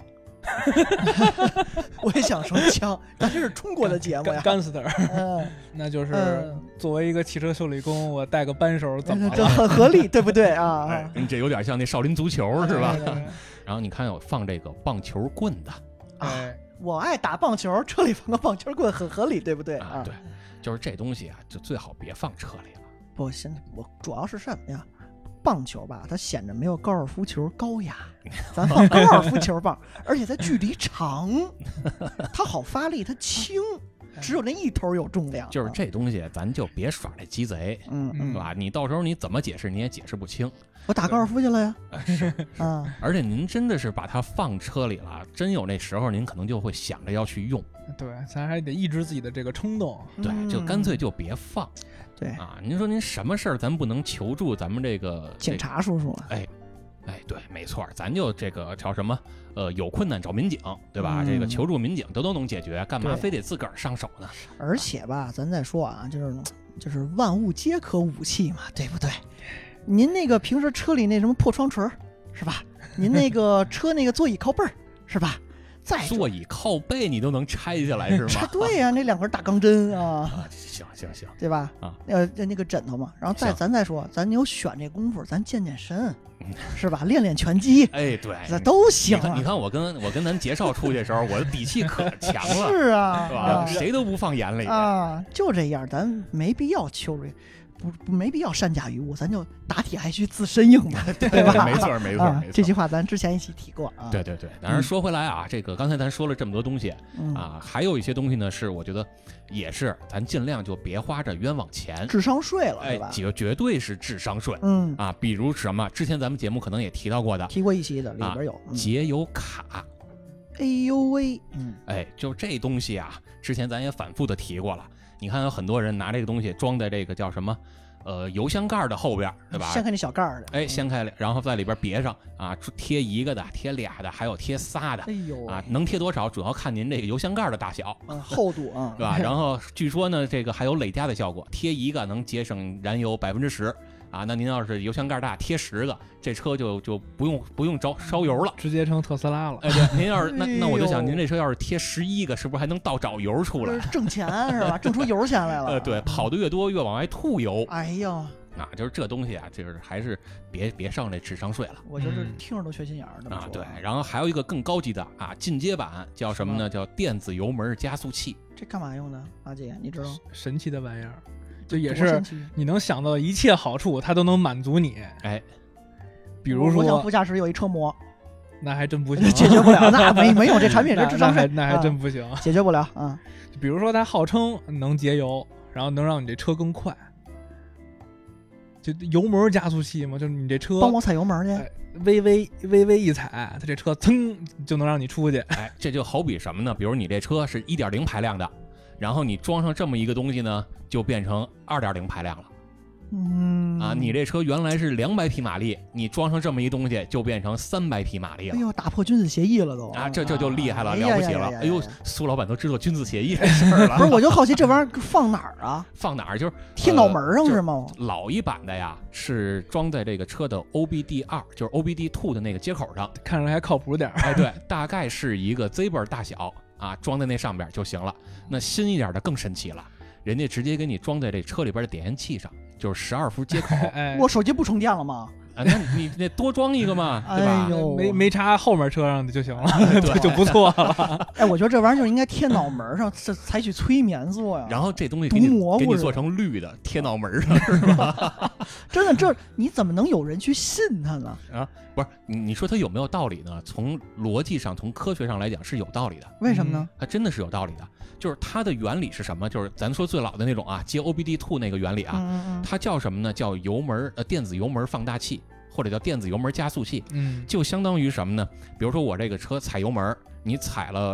我也想说枪，但这是中国的节目呀。
Gangster，
嗯，
那就是作为一个汽车修理工，我带个扳手怎么
这
了？
很合理，对不对啊？
哎，你这有点像那少林足球是吧？
对对对
然后你看有放这个棒球棍的
哎，
我爱打棒球，车里放个棒球棍很合理，对不对
啊，对，就是这东西啊，就最好别放车里了。
不，现在我主要是什么呀？棒球吧，它显得没有高尔夫球高雅，咱放高尔夫球棒，而且它距离长，它好发力，它轻，只有那一头有重量。
就是这东西，咱就别耍这鸡贼，
嗯，
是吧？你到时候你怎么解释你也解释不清。
我打高尔夫去了呀。
是，
啊，
而且您真的是把它放车里了，真有那时候您可能就会想着要去用，
对，咱还得抑制自己的这个冲动。
对，就干脆就别放。
对
啊，您说您什么事儿咱不能求助咱们这个
警察叔叔啊？
哎，对，没错，咱就这个叫什么？有困难找民警，对吧？这个求助民警都能解决，干嘛非得自个儿上手呢？
而且吧，咱再说啊，就是万物皆可武器嘛，对不对？您那个平时车里那什么破窗锤是吧？您那个车那个座椅靠背儿是吧？
座椅靠背你都能拆下来是吗？
对呀，那2根大钢针啊。
行，
对吧？
啊，
那个枕头嘛，然后咱再说，咱有选这功夫，咱健身，是吧？练拳击，
哎，对，
这都行。
你看我跟咱介绍出去的时候，我的底气可强了，
是啊，
是吧？谁都不放眼里
啊，就这样，咱没必要求这。没必要善驾驭物，咱就打铁还需自身硬嘛，对吧？
没错。
这句话咱之前一起提过啊。
对。当然说回来啊，这个刚才咱说了这么多东西啊，还有一些东西呢，是我觉得也是咱尽量就别花这冤枉钱，
智商税了，对吧？
绝对是智商税。啊，比如什么？之前咱们节目可能也提到过的，
提过一期的，里边有
节油卡。
哎呦喂，
就这东西啊，之前咱也反复的提过了。你看有很多人拿这个东西装在这个叫什么，油箱盖的后边，对吧？
掀开那小盖儿的，
掀开了，然后在里边别上啊，贴1个的，贴2的，还有贴3的。
哎呦
啊，能贴多少，主要看您这个油箱盖的大小，
厚度啊，
对吧？然后据说呢，这个还有累加的效果，贴1个能节省燃油10%。啊，那您要是油箱盖大，贴10个，这车就不用烧油了，
直接成特斯拉了。
哎，对，您要是那我就想，您这车要是贴11个，是不是还能倒找油出来？
挣钱是吧？挣出油钱来了。
对，跑得越多越往外吐油。
哎呀，
啊，就是这东西啊，就是还是别上这智商税了。
我就是听着都缺心眼儿的
啊。对，然后还有一个更高级的啊，进阶版叫什么呢？叫电子油门加速器。
这干嘛用的？阿姐，你知道？
神奇的玩意儿。就也是你能想到一切好处，它都能满足你。
哎，
比如说，
我想副驾驶有一车模，
那还真不行，
解决不了。那没有这产品，这智商税
那还真不行，
解决不了啊。
比如说，它号称能节油，然后能让你这车更快，就油门加速器嘛，就是你这车
帮我踩油门去，
微微一踩，它这车噌就能让你出去。
哎，这就好比什么呢？比如你这车是1.0排量的。然后你装上这么一个东西呢，就变成2.0排量了。你这车原来是200匹马力，你装上这么一东西，就变成300匹马力了。
哎呦，打破君子协议了都
啊！这就厉害了，了不起了！哎呦，苏老板都知道君子协议这事儿了。
不是，我就好奇这玩意儿放哪儿啊？
放哪儿？就是
贴脑门上是吗？
老一版的呀，是装在这个车的 OBD2，就是 OBD2 的那个接口上，
看着还靠谱点。
哎，对，大概是一个 Zebra 大小。啊，装在那上边就行了。那新一点的更神奇了，人家直接给你装在这车里边的点烟器上，就是12伏接口。
我手机不充电了吗？
啊，那你那多装一个嘛，对吧？
没插后面车上的就行了，对，就不错了。
哎，我觉得这玩意儿就应该贴脑门上，采取催眠作用。
然后这东西给你做成绿的，贴脑门上是吧？
真的，这你怎么能有人去信他呢？
啊，不是，你说它有没有道理呢？从逻辑上，从科学上来讲是有道理的。
为什么呢？
它真的是有道理的。就是它的原理是什么？就是咱说最老的那种啊，接 OBD2 那个原理啊，它叫什么呢？叫电子油门放大器，或者叫电子油门加速器。就相当于什么呢？比如说我这个车踩油门，你踩了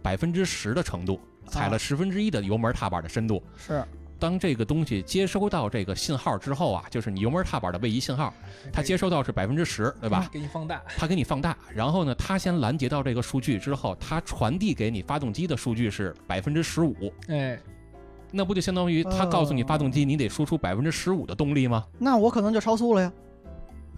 10%的程度，踩了1/10的油门踏板的深度。
是。
当这个东西接收到这个信号之后啊，就是你油门踏板的位移信号，它接收到是10%，对吧？
给你放大，
它给你放大，然后呢，它先拦截到这个数据之后，它传递给你发动机的数据是15%。
哎，
那不就相当于它告诉你发动机，你得输出15%的动力吗？
那我可能就超速了呀。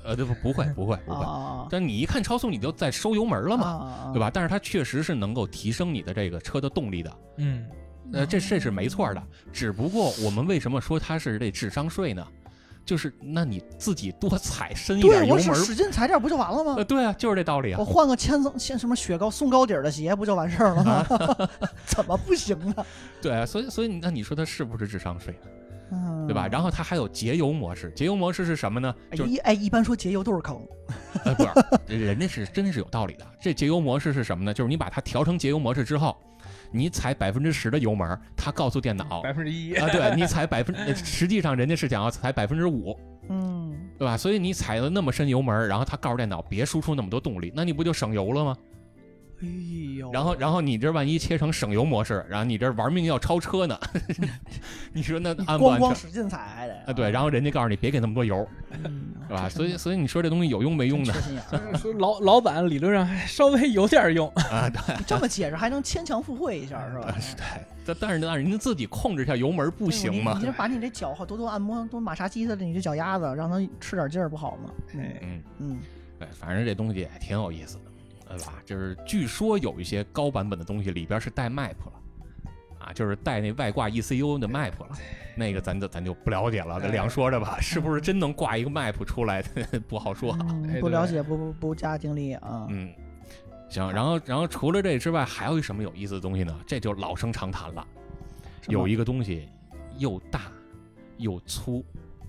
不会，但你一看超速，你就在收油门了嘛，对吧？但是它确实是能够提升你的这个车的动力的，这是没错的。只不过我们为什么说它是这智商税呢？就是那你自己多踩深一点油门，
我使劲踩点不就完了吗？
对啊，就是这道理啊。
我换个什么雪糕松糕底的鞋不就完事儿了吗？怎么不行呢？
对啊，所以那你说它是不是智商税呢？对吧？然后它还有节油模式，节油模式是什么呢？
一般说节油都是坑。
不是，人家是真是有道理的。这节油模式是什么呢？就是你把它调成节油模式之后，你踩10%的油门，它告诉电脑
1%
啊，对你踩实际上人家是想要踩5%，对吧？所以你踩了那么深油门，然后它告诉电脑别输出那么多动力，那你不就省油了吗？
哎呦，
然后你这万一切成省油模式，然后你这玩命要超车呢，你说那安不安全？
光使劲踩还得
啊，对，然后人家告诉你别给那么多油，是吧？所以你说这东西有用没用呢？
说老板理论上还稍微有点用
啊，对，
你这么解释还能牵强附会一下是吧？
对，但是您自己控制一下油门不行吗？
你这把你这脚多按摩，多马杀鸡的你这脚丫子，让它吃点劲儿不好吗？
对，反正这东西也挺有意思的。对吧？就是据说有一些高版本的东西里边是带 map 了，啊，就是带那外挂 ECU 的 map 了，那个咱就不了解了，两说着吧，是不是真能挂一个 map 出来不好说，
不了解不加精力啊。
行，然后除了这之外，还有一什么有意思的东西呢？这就老生常谈了，有一个东西又大又粗。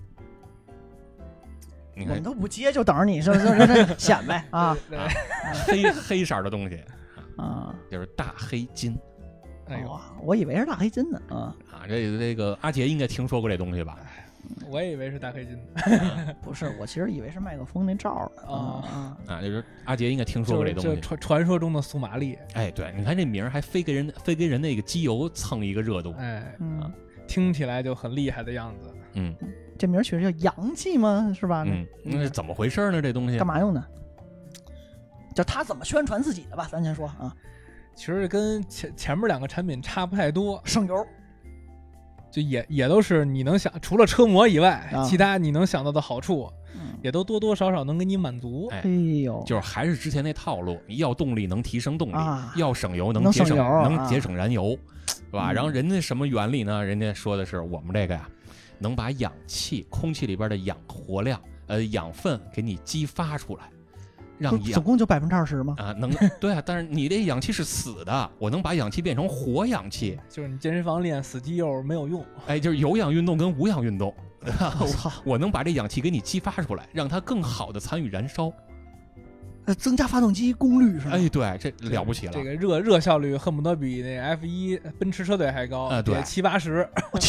我们都不接，就等着你是显摆啊！
黑色的东西
啊，
就是大黑金。
哎呦，我以为是大黑金呢啊！
这个阿杰应该听说过这东西吧？
我也以为是大黑金，
不是，我其实以为是麦克风那罩
呢就是阿杰应该听说过这东西，
传说中的苏玛丽。
哎，对，你看这名还非跟人那个机油蹭一个热度，
听起来就很厉害的样子。
这名确实叫洋气吗？是吧？
那是怎么回事呢？这东西
干嘛用的？就他怎么宣传自己的吧，咱先说啊。
其实跟前面两个产品差不太多，
省油，
就也都是你能想，除了车模以外，其他你能想到的好处，也都多多少少能给你满足。
哎呦，
就是还是之前那套路，要动力能提升动力，要省油
能
节省燃油，是吧？然后人家什么原理呢？人家说的是我们这个呀。能把氧气、空气里边的氧活量、养分给你激发出来，让
总共就20%吗？
啊，能对啊，但是你这氧气是死的，我能把氧气变成活氧气。
就是你健身房练死肌肉没有用，
哎，就是有氧运动跟无氧运动，我能把这氧气给你激发出来，让它更好的参与燃烧。
增加发动机功率是吧？
哎，对，这了不起了。
这个热效率恨不得比那 F1 奔驰车队还高
对
，70-80，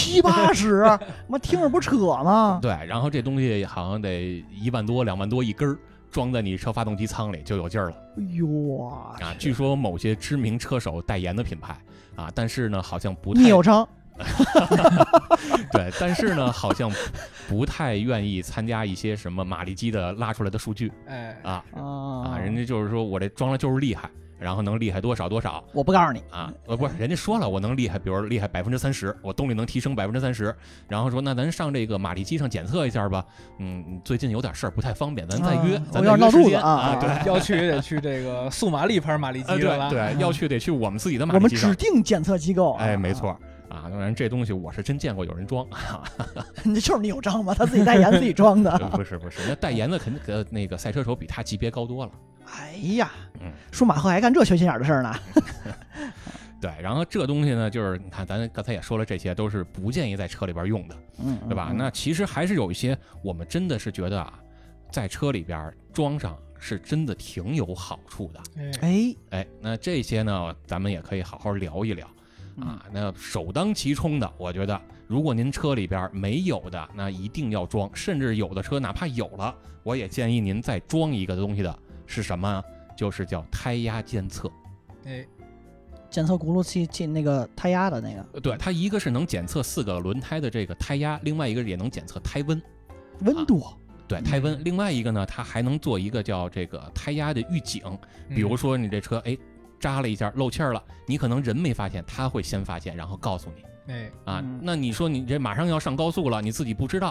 70-80，妈听着不扯吗？
对，然后这东西好像得1万多、2万多一根儿，装在你车发动机舱里就有劲儿了。
哎呦
啊！据说某些知名车手代言的品牌啊，但是呢，好像不太。
聂有昌。
对，但是呢，好像不太愿意参加一些什么马力机的拉出来的数据，人家就是说我这装了就是厉害，然后能厉害多少，
我不告诉你
啊，不是，人家说了我能厉害，比如厉害30%，我动力能提升30%，然后说那咱上这个马力机上检测一下吧，最近有点事儿不太方便，咱再约，咱
要闹肚子啊，
对，
要去也得去这个苏玛丽牌马力机了吧？
对，要去得去我们自己的马力机上，
我们指定检测机构，
哎，没错。啊，当然这东西我是真见过有人装，
你就是你有装吗？他自己代言自己装的？
不是，那代言的肯定那个赛车手比他级别高多了。
哎呀，舒马赫还干这缺心眼的事儿呢。
对，然后这东西呢，就是你看咱刚才也说了，这些都是不建议在车里边用的，对吧？那其实还是有一些我们真的是觉得啊，在车里边装上是真的挺有好处的。哎，那这些呢，咱们也可以好好聊一聊。那首当其冲的，我觉得如果您车里边没有的，那一定要装，甚至有的车哪怕有了，我也建议您再装一个东西的，是什么？就是叫胎压监测。
检测轱辘器那个胎压的那个。
对，它一个是能检测4个轮胎的这个胎压，另外一个也能检测胎温，
温度。
对，胎温。另外一个呢，它还能做一个叫这个胎压的预警，比如说你这车扎了一下漏气儿了，你可能人没发现，他会先发现，然后告诉你。那你说你这马上要上高速了，你自己不知道，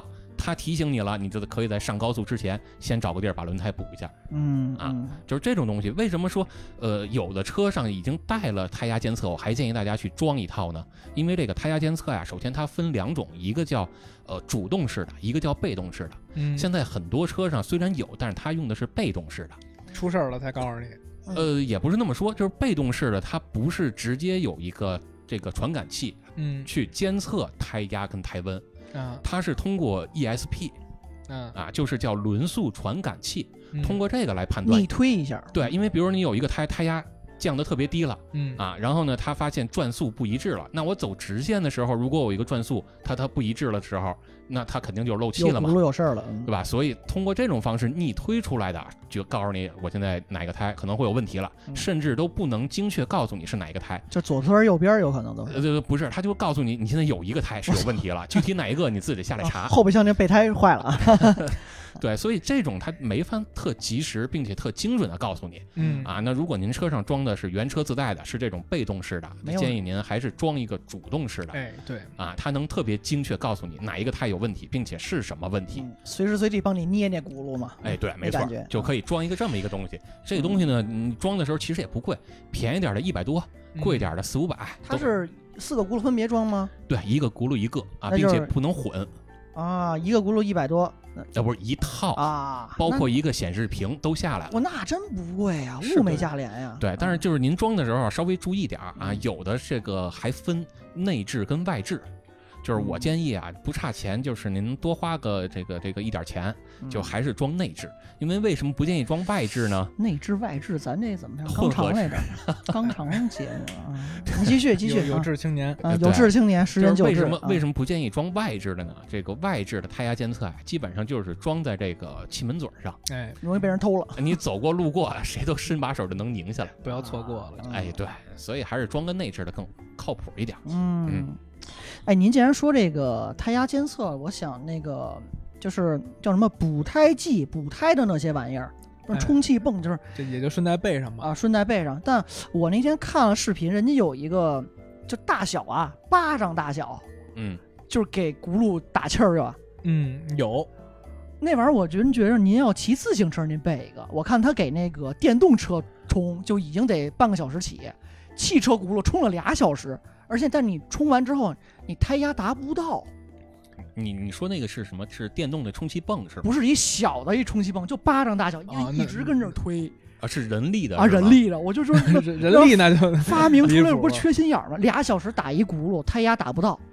他提醒你了，你就可以在上高速之前先找个地儿把轮胎补一下。就是这种东西，为什么说有的车上已经带了胎压监测，我还建议大家去装一套呢？因为这个胎压监测呀，首先它分2种，一个叫主动式的，一个叫被动式的。现在很多车上虽然有，但是它用的是被动式的，
出事儿了才告诉你。
也不是那么说，就是被动式的，它不是直接有一个这个传感器，去监测胎压跟胎温，它是通过 ESP，就是叫轮速传感器，通过这个来判断，
逆推一下。
对，因为比如你有一个胎压降得特别低了，然后呢，他发现转速不一致了，那我走直线的时候，如果我有一个转速它不一致的时候，那它肯定就是漏气了嘛，
有事儿了，
对吧？所以通过这种方式逆推出来的，就告诉你我现在哪个胎可能会有问题了，甚至都不能精确告诉你是哪个胎，
就左边右边有可能都
不是，他就告诉你你现在有一个胎是有问题了，具体哪一个你自己得下来查。
后备箱那备胎坏了。
对，所以这种它没法特及时并且特精准的告诉你。那如果您车上装的是原车自带的，是这种被动式的，建议您还是装一个主动式的。
对，
它能特别精确告诉你哪一个胎有问题，并且是什么问题，
随时随地帮你捏轱辘嘛。
对，没错，就可以装一个这么一个东西。这个东西呢，你装的时候其实也不贵，便宜点的100多，贵点的400-500。
它是4个轱辘分别装吗？
对，一个轱辘一个并且不能混。
一个轱辘100多，
不是一套包括一个显示屏都下来了。
那真不贵呀，物美价廉呀。
对，但是就是您装的时候稍微注意点有的这个还分内置跟外置。就是我建议不差钱，就是您多花个这个一点钱，就还是装内置。因为为什么不建议装外置呢？
内置外置，咱这怎么样？肛肠来着？肛肠节目你继续。
有志青年
有志青年，时人就
志。为什么不建议装外置的呢？这个外置的胎压监测基本上就是装在这个气门嘴上，
容易被人偷了。
你走过路过，谁都伸把手就能拧下来，
不要错过了。
对，所以还是装个内置的更靠谱一点。
您既然说这个胎压监测，我想那个就是叫什么补胎剂、补胎的那些玩意儿，充气泵，就是
这也就顺带备上吧。
顺带备上。但我那天看了视频，人家有一个就大小巴掌大小，就是给轱辘打气儿吧。
有
那玩意儿，我觉得您要骑自行车您备一个。我看他给那个电动车充就已经得半个小时起，汽车轱辘充了2小时。而且，但你充完之后，你胎压达不到。
你说那个是什么？是电动的充气泵是吗？
不是一小的一充气泵，就巴掌大小，一直跟着推。
是人力的
人力的。我就说
人力那就
发明出来不是缺心眼吗？2小时打一轱辘，胎压打不到。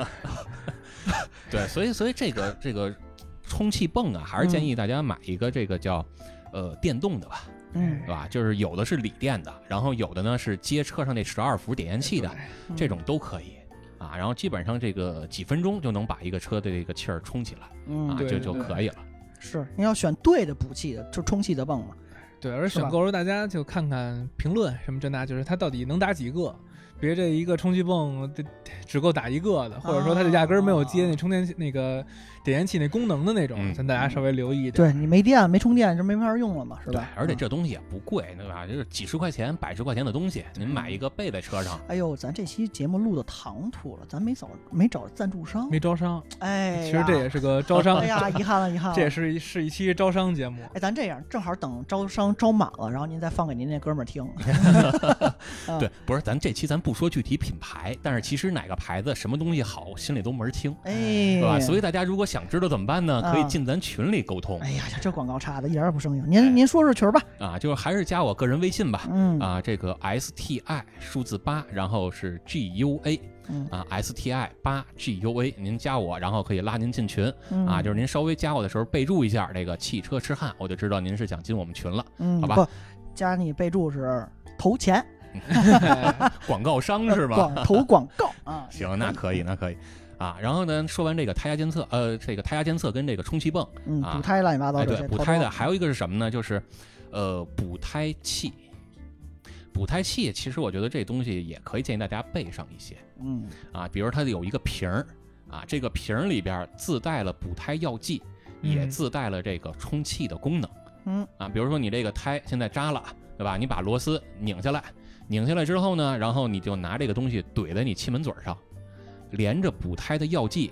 对，所以这个充气泵还是建议大家买一个这个叫电动的吧。对吧？就是有的是锂电的，然后有的呢是接车上那12伏点烟器的，这种都可以然后基本上这个几分钟就能把一个车的这个气儿充起来就可以了。
是，你要选对的补气的，就充气的泵嘛。
对，而选购时候大家就看看评论什么这那，就是它到底能打几个，别这一个充气泵只够打一个的，或者说它就压根儿没有接那充电器那个点烟器那功能的那种，咱大家稍微留意一点。
对，你没电没充电就没法用了嘛，是吧？
对，而且这东西也不贵，对吧？就是几十块钱、100十块钱的东西，您买一个备在车上。
哎呦，咱这期节目录的唐突了，咱没找赞助商，
没招商。
其
实这也是个招商。
遗憾了。
这也是一期招商节目。
咱这样正好等招商招满了，然后您再放给您那哥们儿听。
对，不是，咱这期咱不说具体品牌，但是其实哪个牌子什么东西好，心里都门清，对吧？所以大家如果想知道怎么办呢？可以进咱群里沟通。
这广告插的一点也不生硬。您说说群吧。
就是还是加我个人微信吧。这个 STI 数字8，然后是 GUA。STI 8GUA， 您加我，然后可以拉您进群。就是您稍微加我的时候备注一下这个汽车痴汉，我就知道您是想进我们群了。好吧？
不，加你备注是投钱。
广告商是吧？
投广告
行，那可以。然后呢，说完这个胎压监测，这个胎压监测跟这个充气泵，
补胎乱七八糟的。
对，补胎的还有一个是什么呢？就是补胎器。补胎器其实我觉得这东西也可以建议大家备上一些。比如它有一个瓶儿这个瓶儿里边自带了补胎药剂，也自带了这个充气的功能。比如说你这个胎现在扎了，对吧？你把螺丝拧下来之后呢，然后你就拿这个东西怼在你气门嘴上，连着补胎的药剂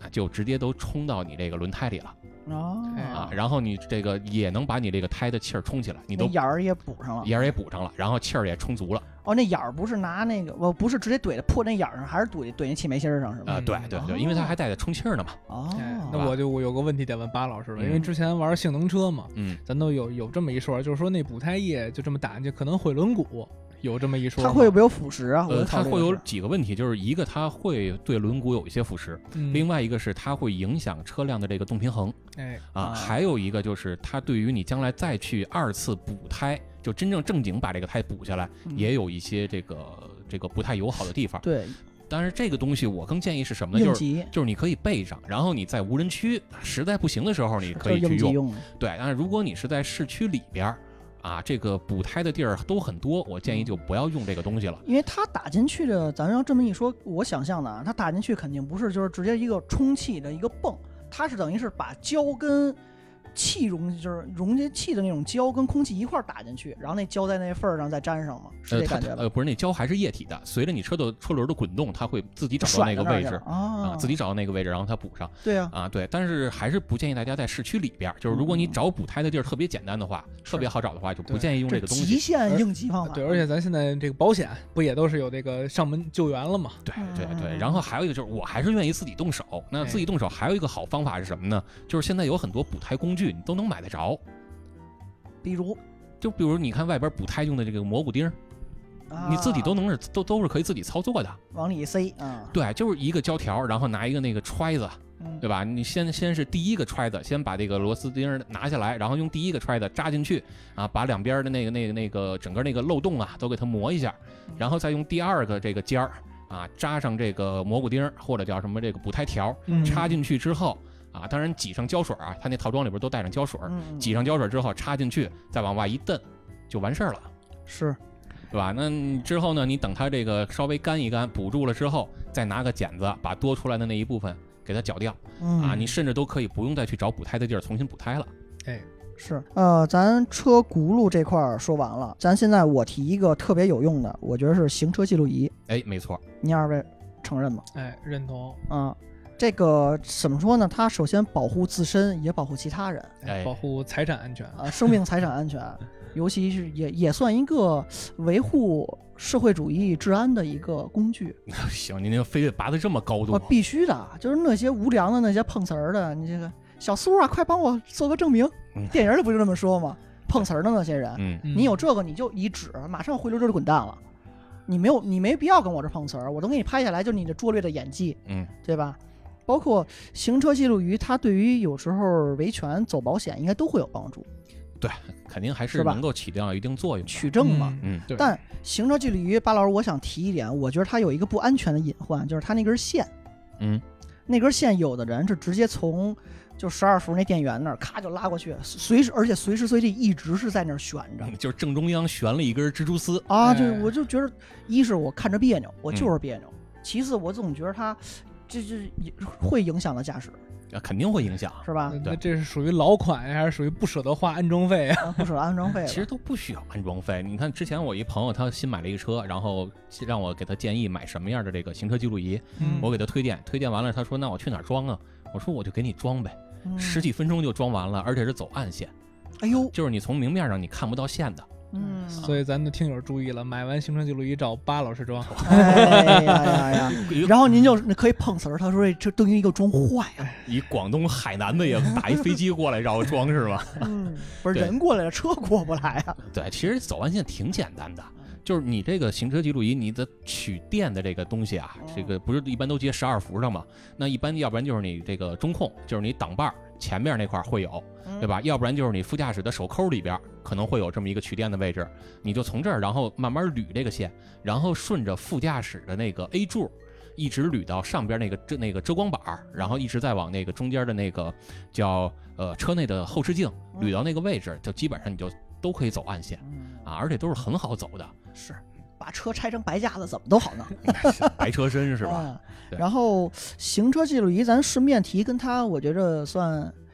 就直接都冲到你这个轮胎里了
哦，
然后你这个也能把你这个胎的气儿充起来，你都
眼儿也补上了，
眼儿也补上了，然后气儿也充足了。
哦，那眼儿不是拿那个，我不是直接怼在破那眼儿上，还是怼那气门芯儿上是吧？
对对对，因为它还带着充气儿呢嘛。
哦，
那我有个问题得问巴老师了，因为
嗯
之前玩性能车嘛，
咱
都有这么一说，就是说那补胎液就这么打进去可能毁轮毂，有这么一说。
它会不会有腐蚀啊？
它会有几个问题，就是一个它会对轮毂有一些腐蚀，另外一个是它会影响车辆的这个动平衡，还有一个就是它对于你将来再去2次补胎，就真正正经把这个胎补下来，也有一些这个不太友好的地方。
对。
但是这个东西我更建议是什么呢？就是你可以备上，然后你在无人区实在不行的时候你可以去用。对，但是如果你是在市区里边这个补胎的地儿都很多，我建议就不要用这个东西了。
因为它打进去的，咱要这么一说，我想象的它打进去肯定不是就是直接一个充气的一个泵，它是等于是把胶跟气就是溶解气的那种胶跟空气一块打进去，然后那胶在那缝儿上再粘上嘛，是这感觉吧？
不是，那胶还是液体的，随着你车轮的滚动，它会自己找到那个位置自己找到那个位置，然后它补上。
对啊，
对，但是还是不建议大家在市区里边，就是如果你找补胎的地儿特别简单的话，特别好找的话，就不建议用这个东西。
极限应急方法。
对，而且咱现在这个保险不也都是有这个上门救援了吗？
对对对，然后还有一个就是我还是愿意自己动手。那自己动手还有一个好方法是什么呢？就是现在有很多补胎工具，你都能买得着。
比
如你看外边补胎用的这个蘑菇钉，你自己都是可以自己操作的，
往里塞
对，就是一个胶条，然后拿一个那个揣子，对吧？你先是第一个揣子，先把这个螺丝钉拿下来，然后用第一个揣子扎进去把两边的那个整个那个漏洞都给它磨一下，然后再用第二个这个尖儿扎上这个蘑菇钉或者叫什么这个补胎条，插进去之后。当然挤上胶水它那套装里边都带上胶水，挤上胶水之后插进去，再往外一蹬，就完事儿了，
是，
对吧？那之后呢，你等它这个稍微干一干，补住了之后，再拿个剪子把多出来的那一部分给它绞掉，你甚至都可以不用再去找补胎的地儿重新补胎了。
是，咱车轱辘这块说完了，咱现在我提一个特别有用的，我觉得是行车记录仪。
没错，
你二位承认吗？
认同。
这个怎么说呢？它首先保护自身，也保护其他人，
保护财产安全
生命财产安全，尤其是也算一个维护社会主义治安的一个工具。
行，您那非得拔得这么高度吗？
必须的，就是那些无良的那些碰瓷儿的，你这个小苏快帮我做个证明。电影里不就这么说吗？碰瓷儿的那些人，你有这个你就一指，马上回流就滚蛋了。你没必要跟我这碰瓷儿，我都给你拍下来，就你这拙劣的演技，对吧？包括行车记录仪，它对于有时候维权走保险应该都会有帮助。
对，肯定还是能够起到一定作用，
取证嘛。
对。
但行车记录仪，巴老师，我想提一点，我觉得它有一个不安全的隐患，就是它那根线。那根线有的人是直接从就12伏那电源那儿咔就拉过去，而且随时随地一直是在那儿悬着，
就是正中央悬了一根蜘蛛丝
我就觉得，一是我看着别扭，我就是别扭；其次，我总觉得它这会影响到驾驶。
肯定会影响，
是吧？
那这是属于老款还是属于不舍得花安装费
不舍得安装费，
其实都不需要安装费。你看之前我一朋友他新买了一个车，然后让我给他建议买什么样的这个行车记录仪，我给他推荐完了，他说那我去哪儿装啊？我说我就给你装呗，10几分钟就装完了，而且是走暗线。
哎呦，
就是你从明面上你看不到线的。
所以咱的听友注意了，买完行车记录仪找巴老师装。
哎呀，然后您就可以碰瓷儿，他说这等于一个装坏了。
以广东海南的也打一飞机过来让我装是吧？
不是人过来了，车过不来啊。
对，其实走完线挺简单的，就是你这个行车记录仪，你的取电的这个东西这个不是一般都接12伏上吗？那一般要不然就是你这个中控，就是你挡把前面那块会有，对吧？要不然就是你副驾驶的手扣里边可能会有这么一个取电的位置，你就从这儿，然后慢慢捋这个线，然后顺着副驾驶的那个 A 柱，一直捋到上边那个遮光板，然后一直再往那个中间的那个叫车内的后视镜捋到那个位置，就基本上你就都可以走暗线而且都是很好走的。
是。把车拆成白架子怎么都好弄
白车身是吧？
然后行车记录仪咱顺便提，跟它我觉着算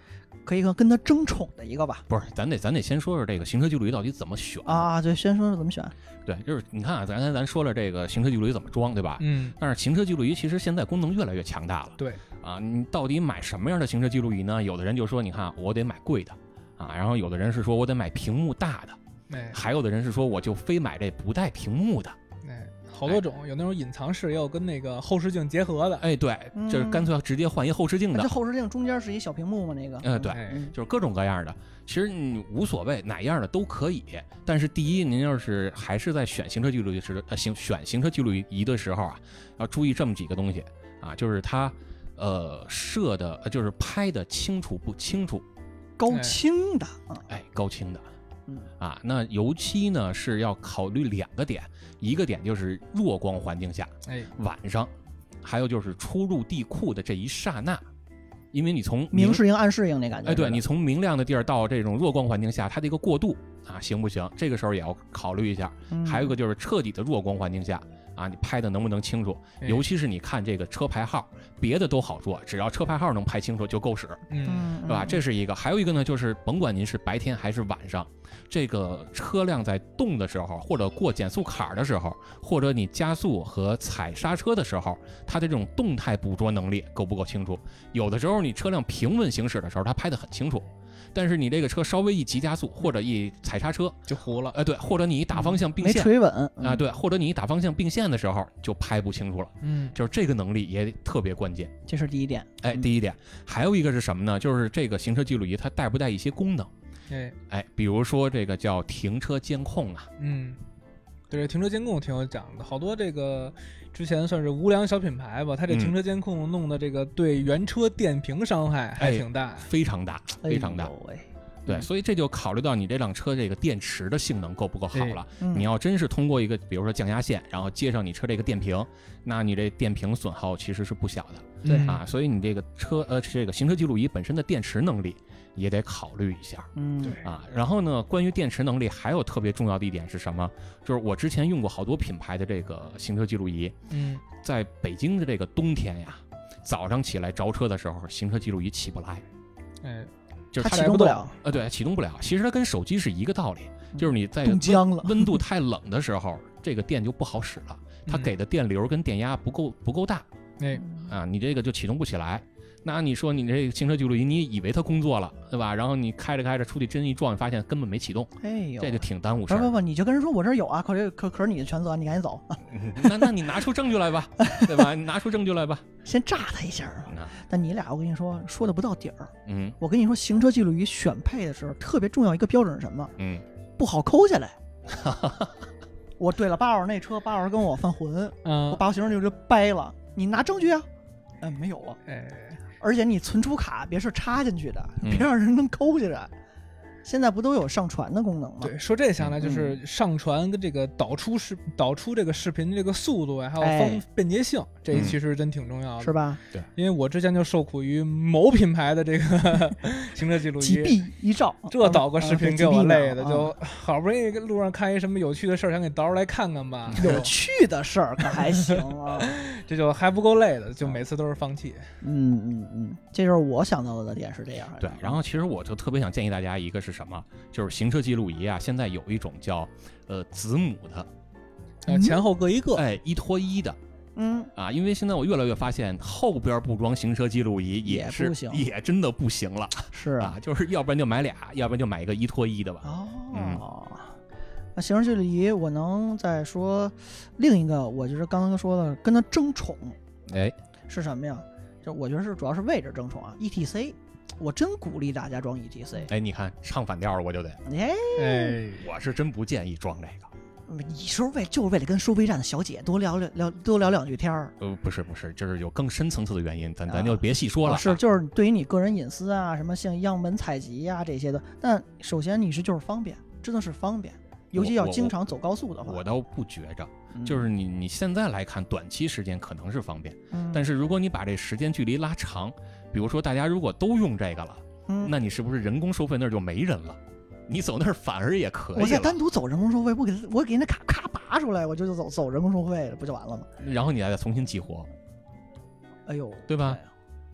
可以跟他争宠的一个吧。
不是，咱得先说说这个行车记录仪到底怎么选
啊？对，先说说怎么选。
对，就是你看啊，咱说了这个行车记录仪怎么装，对吧？但是行车记录仪其实现在功能越来越强大了。
对
啊，你到底买什么样的行车记录仪呢？有的人就说，你看我得买贵的啊，然后有的人是说我得买屏幕大的，还有的人是说我就非买这不带屏幕的。
好多种，有那种隐藏式，也有跟那个后视镜结合的。
对，就是干脆要直接换一后视镜的。
这后视镜中间是一小屏幕吗？那个？
对，就是各种各样的。其实你无所谓，哪样的都可以。但是第一，您要是还是在选行车记录仪选行车记录仪的时候啊，要注意这么几个东西啊，就是它摄的，就是拍的清楚不清楚，
高清的，
高清的。那油漆呢是要考虑2个点，一个点就是弱光环境下，晚上，还有就是出入地库的这一刹那，因为你从
明适应暗适应那感觉，
对，你从明亮的地儿到这种弱光环境下，它这个过渡啊行不行？这个时候也要考虑一下。还有一个就是彻底的弱光环境下啊，你拍的能不能清楚？尤其是你看这个车牌号，别的都好说，只要车牌号能拍清楚就够使，对吧？这是一个。还有一个呢，就是甭管您是白天还是晚上，这个车辆在动的时候，或者过减速坎的时候，或者你加速和踩刹车的时候，它的这种动态捕捉能力够不够清楚？有的时候你车辆平稳行驶的时候，它拍得很清楚。但是你这个车稍微一急加速或者一踩刹车
就糊了，
对，或者你一打方向并线
没垂稳
啊，对，或者你一打方向并线的时候就拍不清楚了，就是这个能力也特别关键，
这是第一点。
第一点，还有一个是什么呢？就是这个行车记录仪它带不带一些功能？比如说这个叫停车监控啊，
对，停车监控挺有讲的，好多这个之前算是无良小品牌吧，它这停车监控弄的这个对原车电瓶伤害还挺大，
非常大，非常大。对，所以这就考虑到你这辆车这个电池的性能够不够好了。你要真是通过一个比如说降压线，然后接上你车这个电瓶，那你这电瓶损耗其实是不小的。
对
啊，所以你这个这个行车记录仪本身的电池能力也得考虑一下。
对
啊，然后呢，关于电池能力还有特别重要的一点是什么？就是我之前用过好多品牌的这个行车记录仪，在北京的这个冬天呀，早上起来着车的时候，行车记录仪起不来。就是
它启动不了，
对，启动不了。其实它跟手机是一一个道理，就是你在温度太冷的时候，这个电就不好使了，它给的电流跟电压不够大，你这个就启动不起来。那你说你这个行车记录仪，你以为它工作了，对吧？然后你开着出去真一撞，发现根本没启动，这就挺耽误事儿。
不，你就跟人说我这儿有啊，可是你的全责，你赶紧走。
那你拿出证据来吧，对吧？你拿出证据来吧，
先炸他一下。但你俩我跟你说的不到底儿。我跟你说，行车记录仪选配的时候特别重要一个标准是什么？不好抠下来。我对了，八老师那车，八老师跟我犯浑，我把我行车记录仪掰了，你拿证据啊？没有了。而且你存储卡别是插进去的，别让人能抠下来。现在不都有上传的功能吗？
对，说这想来就是上传跟这个导出这个视频这个速度呀，还有便捷性，这其实真挺重要的，
是吧？
对，
因为我之前就受苦于某品牌的这个行车记录仪，
几 B 一照，
这导个视频给我累的，就好不容易路上看一什么有趣的事儿，想给导出来看看吧。
有趣的事儿可还行啊，
这就还不够累的，就每次都是放弃。
这就是我想到的点是这样。
对，然后其实我就特别想建议大家一个是什么，就是行车记录仪啊，现在有一种叫子母的，
前后各一个，
一拖一的。因为现在我越来越发现后边不装行车记录仪也真的不行了。
是啊，
就是要不然就买俩，要不然就买一个一拖一的吧。
那行车记录仪我能再说另一个，我就是刚刚说的跟他争宠，是什么呀？就我觉得是主要是位置争宠啊 ，ETC。我真鼓励大家装 ETC。
你看唱反调了我就得。我是真不建议装这个。
你说就是为了跟收费站的小姐多聊两句天儿。
不是，就是有更深层次的原因，咱就别细说了。
就是对于你个人隐私啊，什么像样本采集啊这些的。但首先你就是方便，真的是方便，尤其要经常走高速的话。
我倒不觉着，就是你现在来看，短期时间可能是方便，但是如果你把这时间距离拉长，比如说大家如果都用这个了，那你是不是人工收费那儿就没人了？你走那儿反而也可以了。
我再单独走人工收费，我给那卡拔出来，我就走人工收费了，不就完了吗？
然后你还得重新激活，
哎呦，
对吧？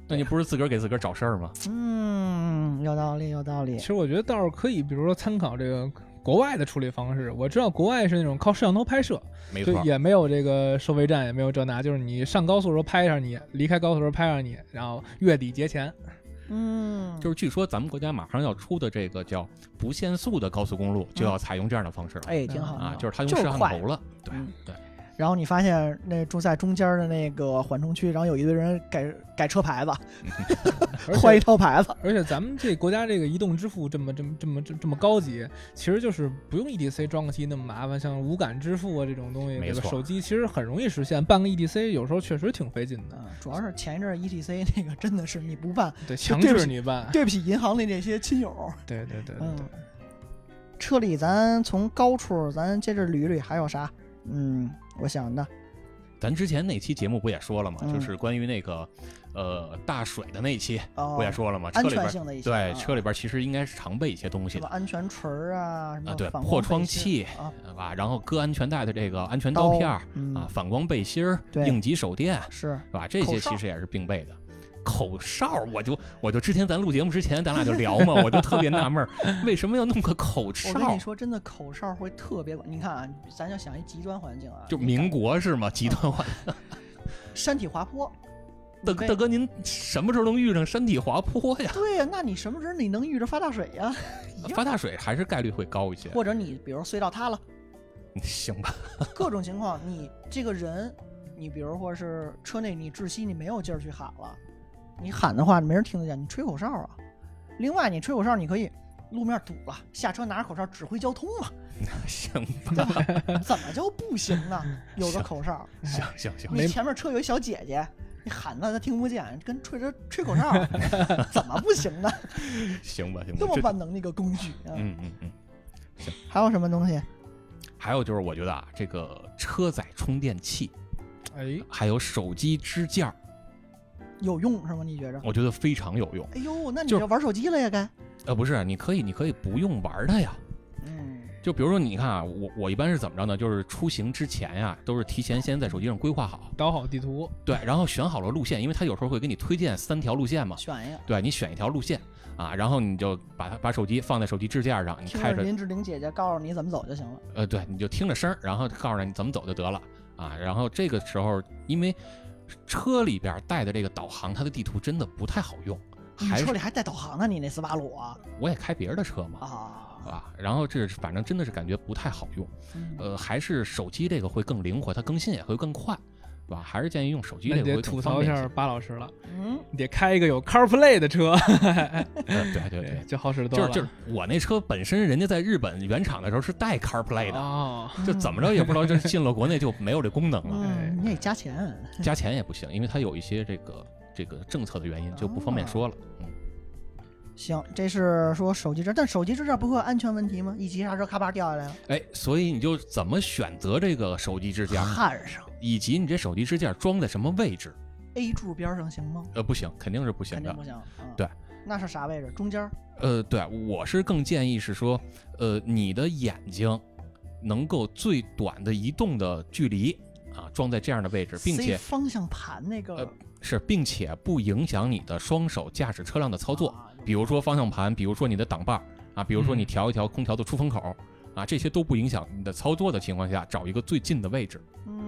那你不是自个儿给自个儿找事儿吗？
有道理，有道理
其。实我觉得倒是可以，比如说参考这个国外的处理方式。我知道国外是那种靠摄像头拍摄，
没错，
就也没有这个收费站，也没有这那，就是你上高速的时候拍上你，离开高速的时候拍上你，然后月底结钱。
就是据说咱们国家马上要出的这个叫不限速的高速公路，就要采用这样的方式了。
哎，挺好
啊，就是它用摄像头了。对对。
然后你发现那住在中间的那个缓冲区，然后有一堆人改车牌子，换一套牌子。
而且咱们这国家这个移动支付这么高级，其实就是不用 EDC 装个机那么麻烦，像无感支付啊这种东西，这个手机其实很容易实现，办个 EDC 有时候确实挺费劲的。
主要是前一阵 EDC 那个真的是你不办，
对，强制你办，
对不起银行的那些亲友。
对。
车里咱从高处咱接着捋捋，还有啥？我想的，
咱之前那期节目不也说了吗？就是关于那个大水的那期，不也说了吗？
安全性的一些，
对，车里边其实应该是常备一些东西的，
什么安全锤啊，什么
对，破窗器啊，然后搁安全带的这个安全刀片啊，反光背心儿，应急手电是吧？这些其实也是并备的。口哨，我就之前咱录节目之前，咱俩就聊嘛，我就特别纳闷，为什么要弄个口哨？
我跟你说，真的口哨会特别，你看啊，咱就想一极端环境啊，
就民国是吗？极端环境，
山体滑坡。
大哥，您什么时候能遇上山体滑坡呀？
对呀，那你什么时候你能遇着发大水呀？
发大水还是概率会高一些，
或者你比如隧道塌了，
行吧？
各种情况，你这个人，你比如或是车内你窒息，你没有劲儿去喊了。你喊的话没人听得见，你吹口哨啊。另外你吹口哨你可以路面堵了，下车拿着口哨指挥交通嘛。
行吧？
怎么就不行呢？有个口哨，
行，
你前面车有一小姐姐，你喊她听不见，跟吹口哨，怎么不行呢？
行吧，
这么万能的一个工具啊。
行。
还有什么东西？
还有就是我觉得啊，这个车载充电器，还有手机支架。
有用是吗？你觉着？
我觉得非常有用。
哎呦，那你要玩手机了呀？该？
不是，你可以不用玩它呀。就比如说，你看啊，我一般是怎么着呢？就是出行之前呀，都是提前先在手机上规划好，
导好地图，
对，然后选好了路线，因为它有时候会给你推荐3条路线嘛，
选一个，
对，你选一条路线啊，然后你就把手机放在手机支架上，你开着
林志玲姐姐告诉你怎么走就行了。
对，你就听着声，然后告诉你怎么走就得了啊。然后这个时候，因为车里边带的这个导航，它的地图真的不太好用。
你车里还带导航呢？你那斯巴鲁啊？
我也开别人的车嘛。然后这反正真的是感觉不太好用。还是手机这个会更灵活，它更新也会更快，对吧？还是建议用手机这个会更方便。
那你得吐槽一下巴老师了，你得开一个有 CarPlay 的车。
对，
就好使多了。
就是我那车本身人家在日本原厂的时候是带 CarPlay 的，就怎么着也不知道，就进了国内就没有这功能了。
你得加钱，
加钱也不行，因为它有一些这个政策的原因，就不方便说了。
行，这是说手机支架，但手机支架不会有安全问题吗？一急刹车咔吧掉下来了。
所以你就怎么选择这个手机支架？
看上，
以及你这手机支架装在什么位置
？A 柱边上行吗？
不行，肯定是不行的。
肯定不行。
对，
那是啥位置？中间？
对，我是更建议是说，你的眼睛能够最短的移动的距离啊，装在这样的位置，并且
方向盘那个
并且不影响你的双手驾驶车辆的操作。比如说方向盘，比如说你的挡把啊，比如说你调一调空调的出风口啊，这些都不影响你的操作的情况下，找一个最近的位置。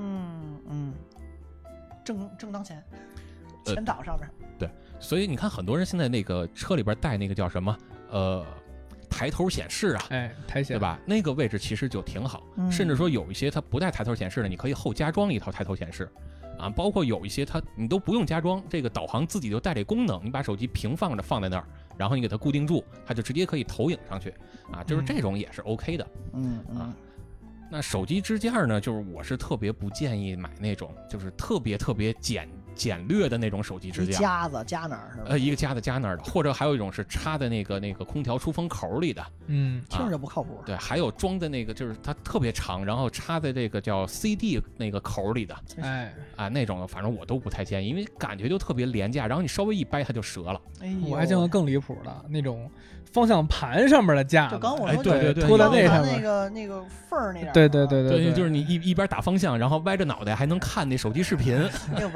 正当前挡上面。
对，所以你看很多人现在那个车里边带那个叫什么抬头显示啊，
抬显，
对吧？那个位置其实就挺好，甚至说有一些它不带抬头显示的，你可以后加装一套抬头显示。啊，包括有一些你都不用加装，这个导航自己就带这功能，你把手机平放着放在那儿，然后你给它固定住，它就直接可以投影上去，啊，就是这种也是 OK 的。那手机支架呢，就是我是特别不建议买那种就是特别简略的那种手机支架，
一夹子夹哪儿是吧？
一个夹子夹哪儿的，或者还有一种是插在那个空调出风口里的，
听着不靠谱。
对，还有装在那个就是它特别长，然后插在这个叫 CD 那个口里的，那种反正我都不太建议，因为感觉就特别廉价，然后你稍微一掰它就折了。
我还见过更离谱的那种方向盘上面的架子，
就刚我说
对，
拖在那上面
那个缝儿那点。
对，
就是你一边打方向，然后歪着脑袋还能看那手机视频。
玩这个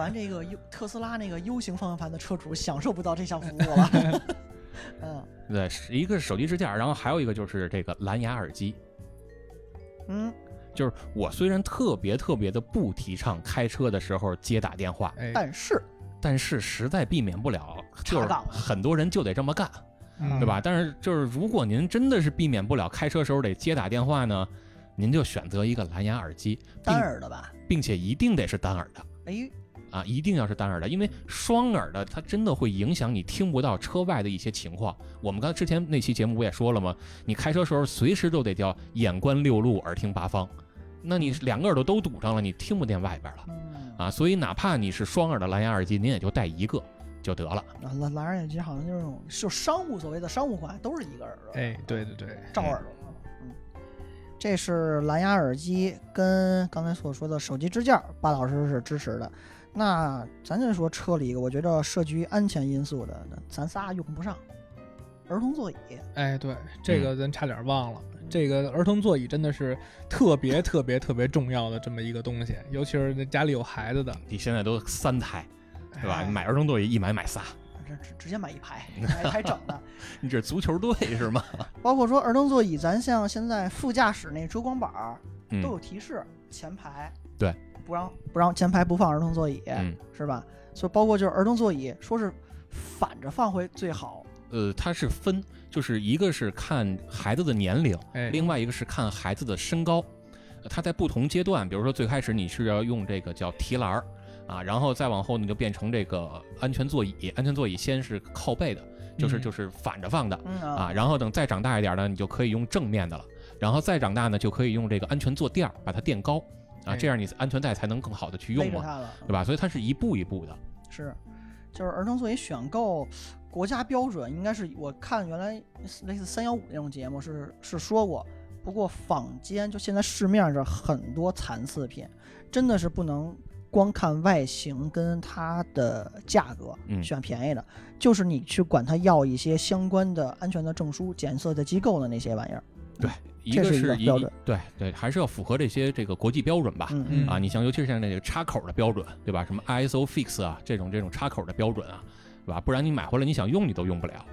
特斯拉那个 U 型方向盘的车主享受不到这项服务了。嗯，
对，一个是手机支架，然后还有一个就是这个蓝牙耳机。
嗯，
就是我虽然特别的不提倡开车的时候接打电话，
但是
实在避免不了，就是
查岗
很多人就得这么干，
嗯
对吧？但是就是如果您真的是避免不了开车时候得接打电话呢，您就选择一个蓝牙耳机，
单耳的吧，
并且一定得是单耳的。
哎，
啊，一定要是单耳的，因为双耳的它真的会影响你听不到车外的一些情况。我们刚才之前那期节目不也说了吗？你开车时候随时都得叫眼观六路，耳听八方，那你两个耳朵都堵上了，你听不见外边了啊。所以哪怕你是双耳的蓝牙耳机，您也就带一个就得了。
蓝牙耳机好像就是那种就商务所谓的商务款，都是一个耳朵。
哎，对对对，
罩耳朵。这是蓝牙耳机跟刚才所说的手机支架，巴老师是支持的。那咱就说车里，我觉得涉及安全因素的，咱仨用不上。儿童座椅，
哎，对，这个咱差点忘了。这个儿童座椅真的是特别重要的这么一个东西，尤其是家里有孩子的。
你现在都3胎，对吧？你买儿童座椅一买仨，
直接买一排，买一排整的。
你这足球队是吗？
包括说儿童座椅，咱像现在副驾驶那遮光板都有提示，前排
对
不让前排不放儿童座椅，是吧？所以包括就是儿童座椅，说是反着放会最好。
它是分，就是一个是看孩子的年龄，另外一个是看孩子的身高。它在不同阶段，比如说最开始你是要用这个叫提篮啊，然后再往后你就变成这个安全座椅。安全座椅先是靠背的，就是反着放的啊，然后等再长大一点呢，你就可以用正面的了，然后再长大呢就可以用这个安全坐垫把它垫高啊，这样你安全带才能更好的去用嘛，对吧？所以它是一步一步的。
是，就是儿童座椅选购。国家标准应该是我看原来类似315那种节目是说过，不过坊间就现在市面上很多残次品，真的是不能光看外形跟它的价格选便宜的，就是你去管它要一些相关的安全的证书、检测的机构的那些玩意儿。
对，
这是一个标准。
对，还是要符合这个国际标准吧。啊，你像尤其是像那个插口的标准，对吧？什么 ISO Fix 啊，这种插口的标准啊。对吧？不然你买回来你想用你都用不了。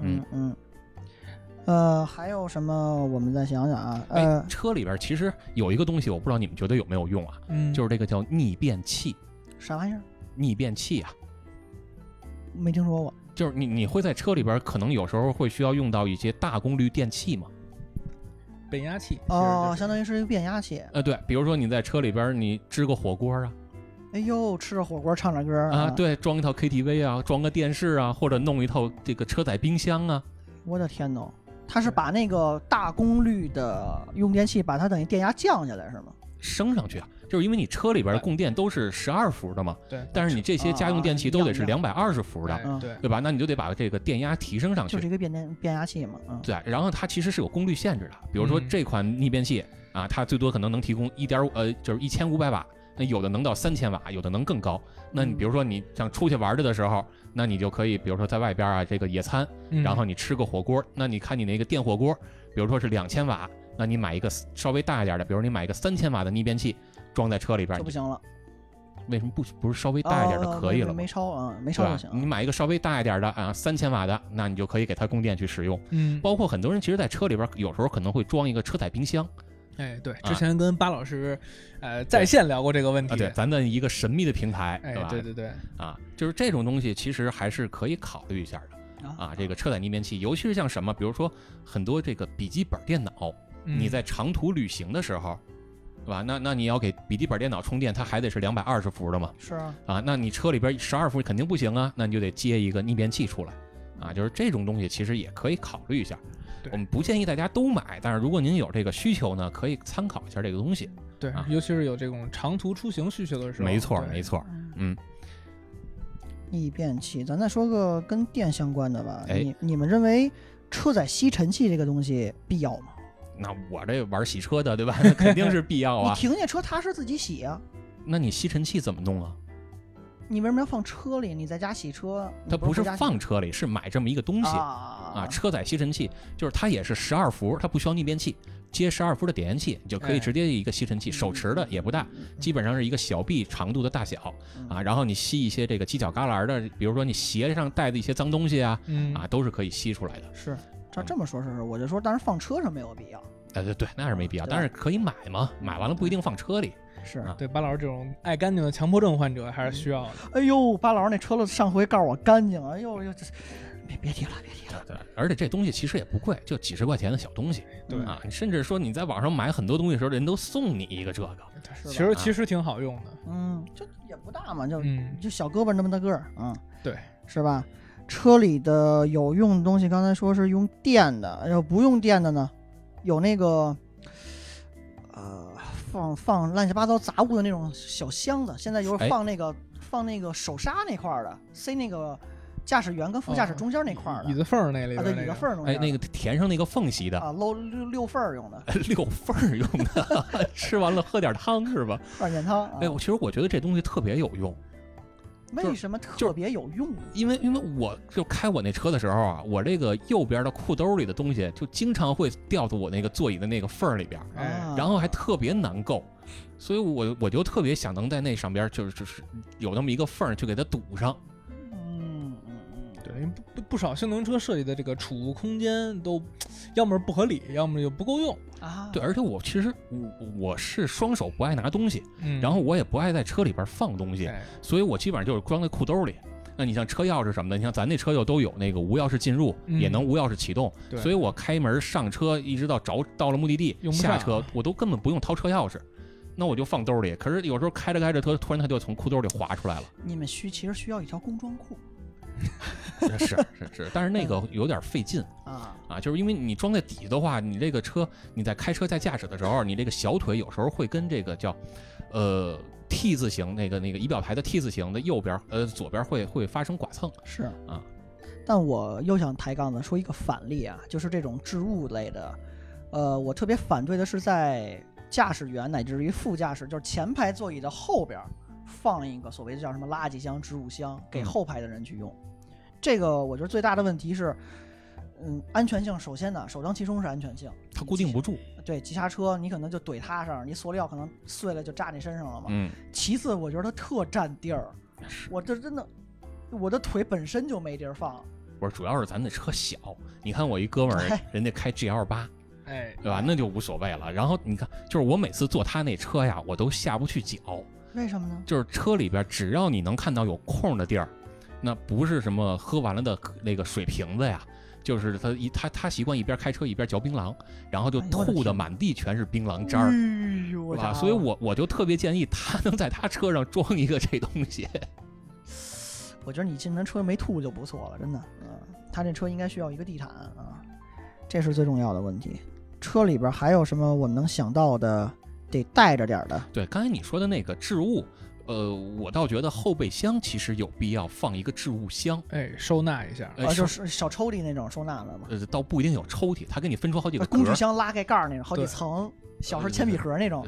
还有什么？我们再想想啊。
车里边其实有一个东西，我不知道你们觉得有没有用啊？就是这个叫逆变器。
啥玩意儿？
逆变器啊？
没听说过。
就是你会在车里边可能有时候会需要用到一些大功率电器吗？
变压器。
相当于是一个变压器。
对，比如说你在车里边你支个火锅啊。
哎呦，吃着火锅唱着歌
啊！对，装一套 KTV 啊，装个电视啊，或者弄一套这个车载冰箱啊。
我的天哪，他是把那个大功率的用电器，把它等于电压降下来是吗？
升上去啊，就是因为你车里边的供电都是12伏的嘛。
对。
但是你这些家用电器都得是220伏的，对吧？那你就得把这个电压提升上去。
就是一个变压器嘛。
对，然后它其实是有功率限制的，比如说这款逆变器啊，它最多可能能提供就是1500瓦。那有的能到3000瓦，有的能更高。那你比如说你像出去玩的时候，那你就可以，比如说在外边啊，这个野餐，然后你吃个火锅，那你看你那个电火锅，比如说是2000瓦，那你买一个稍微大一点的，比如你买一个3000瓦的逆变器，装在车里边
就不行了。
为什么不是稍微大一点的可以了吗？
没超就行。
你买一个稍微大一点的啊，3000瓦的，那你就可以给它供电去使用。包括很多人其实在车里边有时候可能会装一个车载冰箱。
哎，对，之前跟巴老师，在线聊过这个问题。
对，咱的一个神秘的平台，
对吧？对，
啊，就是这种东西，其实还是可以考虑一下的啊。这个车载逆变器，尤其是像什么，比如说很多这个笔记本电脑，你在长途旅行的时候，对吧？那你要给笔记本电脑充电，它还得是220伏的嘛？
是啊。
那你车里边12伏肯定不行啊，那你就得接一个逆变器出来啊。就是这种东西，其实也可以考虑一下。我们不建议大家都买，但是如果您有这个需求呢，可以参考一下这个东西。
对，尤其是有这种长途出行需求的时候。
没错。
逆变器，咱再说个跟电相关的吧。你们认为车载吸尘器这个东西必要吗？
那我这玩洗车的，对吧？那肯定是必要啊。
你停下车，踏实自己洗啊。
那你吸尘器怎么弄啊？
你为什么要放车里？你在家洗车，
它不是
回家洗
放车里，是买这么一个东西
啊，
车载吸尘器，就是它也是12伏，它不需要逆变器，接12伏的点烟器，你就可以直接一个吸尘器，手持的也不大，基本上是一个小臂长度的大小然后你吸一些这个犄角旮旯的，比如说你鞋上带的一些脏东西都是可以吸出来的。
是，照这么说，是我就说，当然放车上没有必要。
对，那是没必要，但是可以买嘛，买完了不一定放车里。
是
对巴老师这种爱干净的强迫症患者还是需要的。
哎呦，巴老师那车子上回告诉我干净，哎呦，这别提了。
对，而且这东西其实也不贵，就几十块钱的小东西。
对
你甚至说你在网上买很多东西的时候，人都送你一个这个，
其实挺好用的。
就也不大嘛，就小胳膊那么大个儿
对，是
吧？车里的有用的东西，刚才说是用电的，要不用电的呢，有那个放乱七八糟杂物的那种小箱子，现在有放那个手刹那块的，塞那个驾驶员跟副驾驶中间那块的
椅子缝那里边
对，椅子缝中间
那个填上那个缝隙的
搂溜缝用的
溜缝用的吃完了喝点汤是吧？
喝点汤
其实我觉得这东西特别有用。
为什么特别有用？
因为我就开我那车的时候我这个右边的裤兜里的东西就经常会掉到我那个座椅的那个缝里边然后还特别难够，所以我就特别想能在那上边就是有那么一个缝去给它堵上。
对，因为不少性能车设计的这个储物空间都要么不合理，要么就不够用
对，而且其实我是双手不爱拿东西然后我也不爱在车里边放东西所以我基本上就是装在裤兜里。那你像车钥匙什么的，你像咱那车都有那个无钥匙进入也能无钥匙启动所以我开门上车一直到了目的地下车我都根本不用掏车钥匙，那我就放兜里。可是有时候开着开着车突然它就从裤兜里滑出来了。
你们其实需要一条工装裤
是，但是那个有点费劲就是因为你装在底下的话，你这个车你在开车在驾驶的时候，你这个小腿有时候会跟这个叫T 字形那个仪表盘的 T 字形的右边左边会发生剐蹭。
是但我又想抬杠子说一个反例就是这种置物类的我特别反对的是在驾驶员乃至于副驾驶，就是前排座椅的后边放一个所谓的叫什么垃圾箱、置物箱，给后排的人去用。这个我觉得最大的问题是，安全性首先呢，首当其冲是安全性，
它固定不住。
对，急刹车你可能就怼它上，你塑料可能碎了就扎你身上了嘛。其次，我觉得它特占地儿，我这真的，我的腿本身就没地儿放。
不是，主要是咱的车小，你看我一哥们儿，人家开 GL8。对吧？那就无所谓了。然后你看，就是我每次坐他那车呀，我都下不去脚。
为什么呢？
就是车里边只要你能看到有空的地儿，那不是什么喝完了的那个水瓶子呀，就是他习惯一边开车一边嚼槟榔，然后就吐的满地全是槟榔渣儿，对吧？所以我就特别建议他能在他车上装一个这东西。
我觉得你进门车没吐就不错了，真的。他这车应该需要一个地毯这是最重要的问题。车里边还有什么我们能想到的得带着点的？
对，刚才你说的那个置物，我倒觉得后备箱其实有必要放一个置物箱，
收纳一下，
就是小抽屉那种收纳的嘛。
倒不一定有抽屉，它给你分出好几个格，
工具箱拉开盖那种，好几层，小是铅笔盒那种。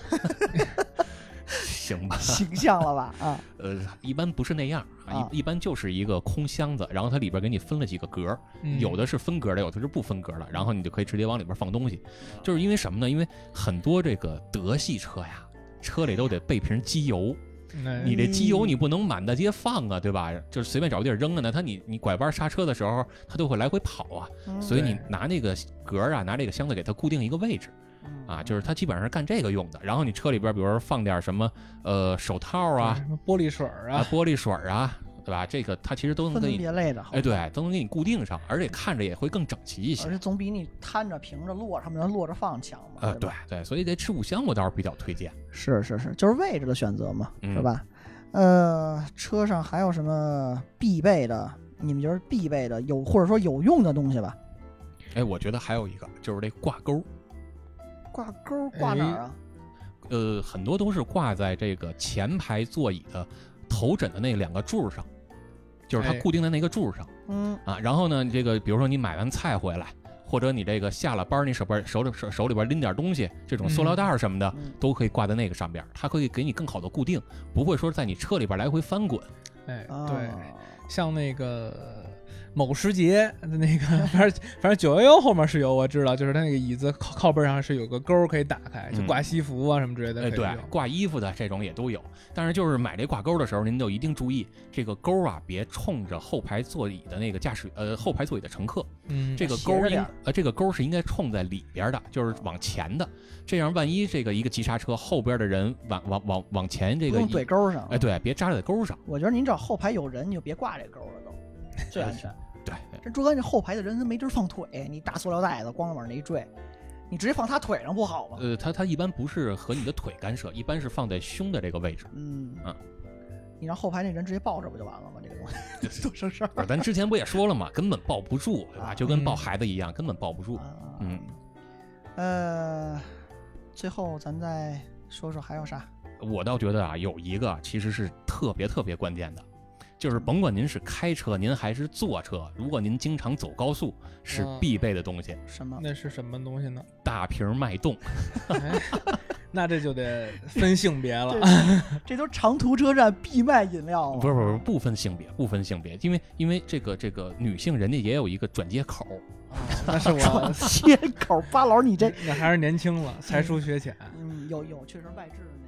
行吧，
形象了吧？
一般不是那样一般就是一个空箱子，然后它里边给你分了几个格，有的是分格的，有的是不分格的，然后你就可以直接往里边放东西。就是因为什么呢？因为很多这个德系车呀，车里都得备瓶机油，你这机油你不能满大街放啊，对吧？就是随便找个地儿扔了呢，你拐弯刹车的时候，它都会来回跑所以你拿那个格拿这个箱子给它固定一个位置。就是它基本上是干这个用的。然后你车里边，比如说放点什么手套
什么玻璃水
对吧？这个它其实都能给你
分别类的，
对，都能给你固定上，而且看着也会更整齐一些，
而且总比你摊着平着落上面落着放强嘛。
对，所以这置物箱我倒是比较推荐。
是，就是位置的选择嘛，是吧？车上还有什么必备的？你们觉得必备的有或者说有用的东西吧？
我觉得还有一个就是这挂钩。
挂钩挂哪儿啊？
很多都是挂在这个前排座椅的头枕的那两个柱上，就是它固定在那个柱上。然后呢，这个比如说你买完菜回来， 或者你这个下了班你手里边拎点东西，这种塑料袋什么的、都可以挂在那个上边，它可以给你更好的固定，不会说在你车里边来回翻滚。
哎，对，像那个某时节那个，反正911后面是有，我知道，就是它那个椅子靠背上是有个钩可以打开，就挂西服啊什么之类的。
对，挂衣服的这种也都有。但是就是买这挂钩的时候，您就一定注意，这个钩啊别冲着后排座椅的那个后排座椅的乘客。这个钩这个钩是应该冲在里边的，就是往前的。这样万一这个一个急刹车，后边的人往前这个
不用怼钩上。
对，别扎在钩上。
我觉得您只要后排有人，你就别挂这钩了，都最安全。
对，
这朱哥，这后排的人他没地儿放腿，你大塑料袋子光往那一坠，你直接放他腿上不好吗？
他一般不是和你的腿干涉，一般是放在胸的这个位置。
你让后排那人直接抱着不就完了吗？这个东西多省事儿。
咱之前不也说了吗？根本抱不住，对吧？就跟抱孩子一样，根本抱不住。
最后咱再说说还有啥？
我倒觉得啊，有一个其实是特别关键的。就是甭管您是开车，您还是坐车，如果您经常走高速，是必备的东西。
什么？
那是什么东西呢？
大瓶脉动。
那这就得分性别了。
这都长途车站必卖饮料。
不分性别，因为这个女性人家也有一个转接口。
那是我
转接口，巴老你这
那还是年轻了，才疏学浅。
有确实外置的。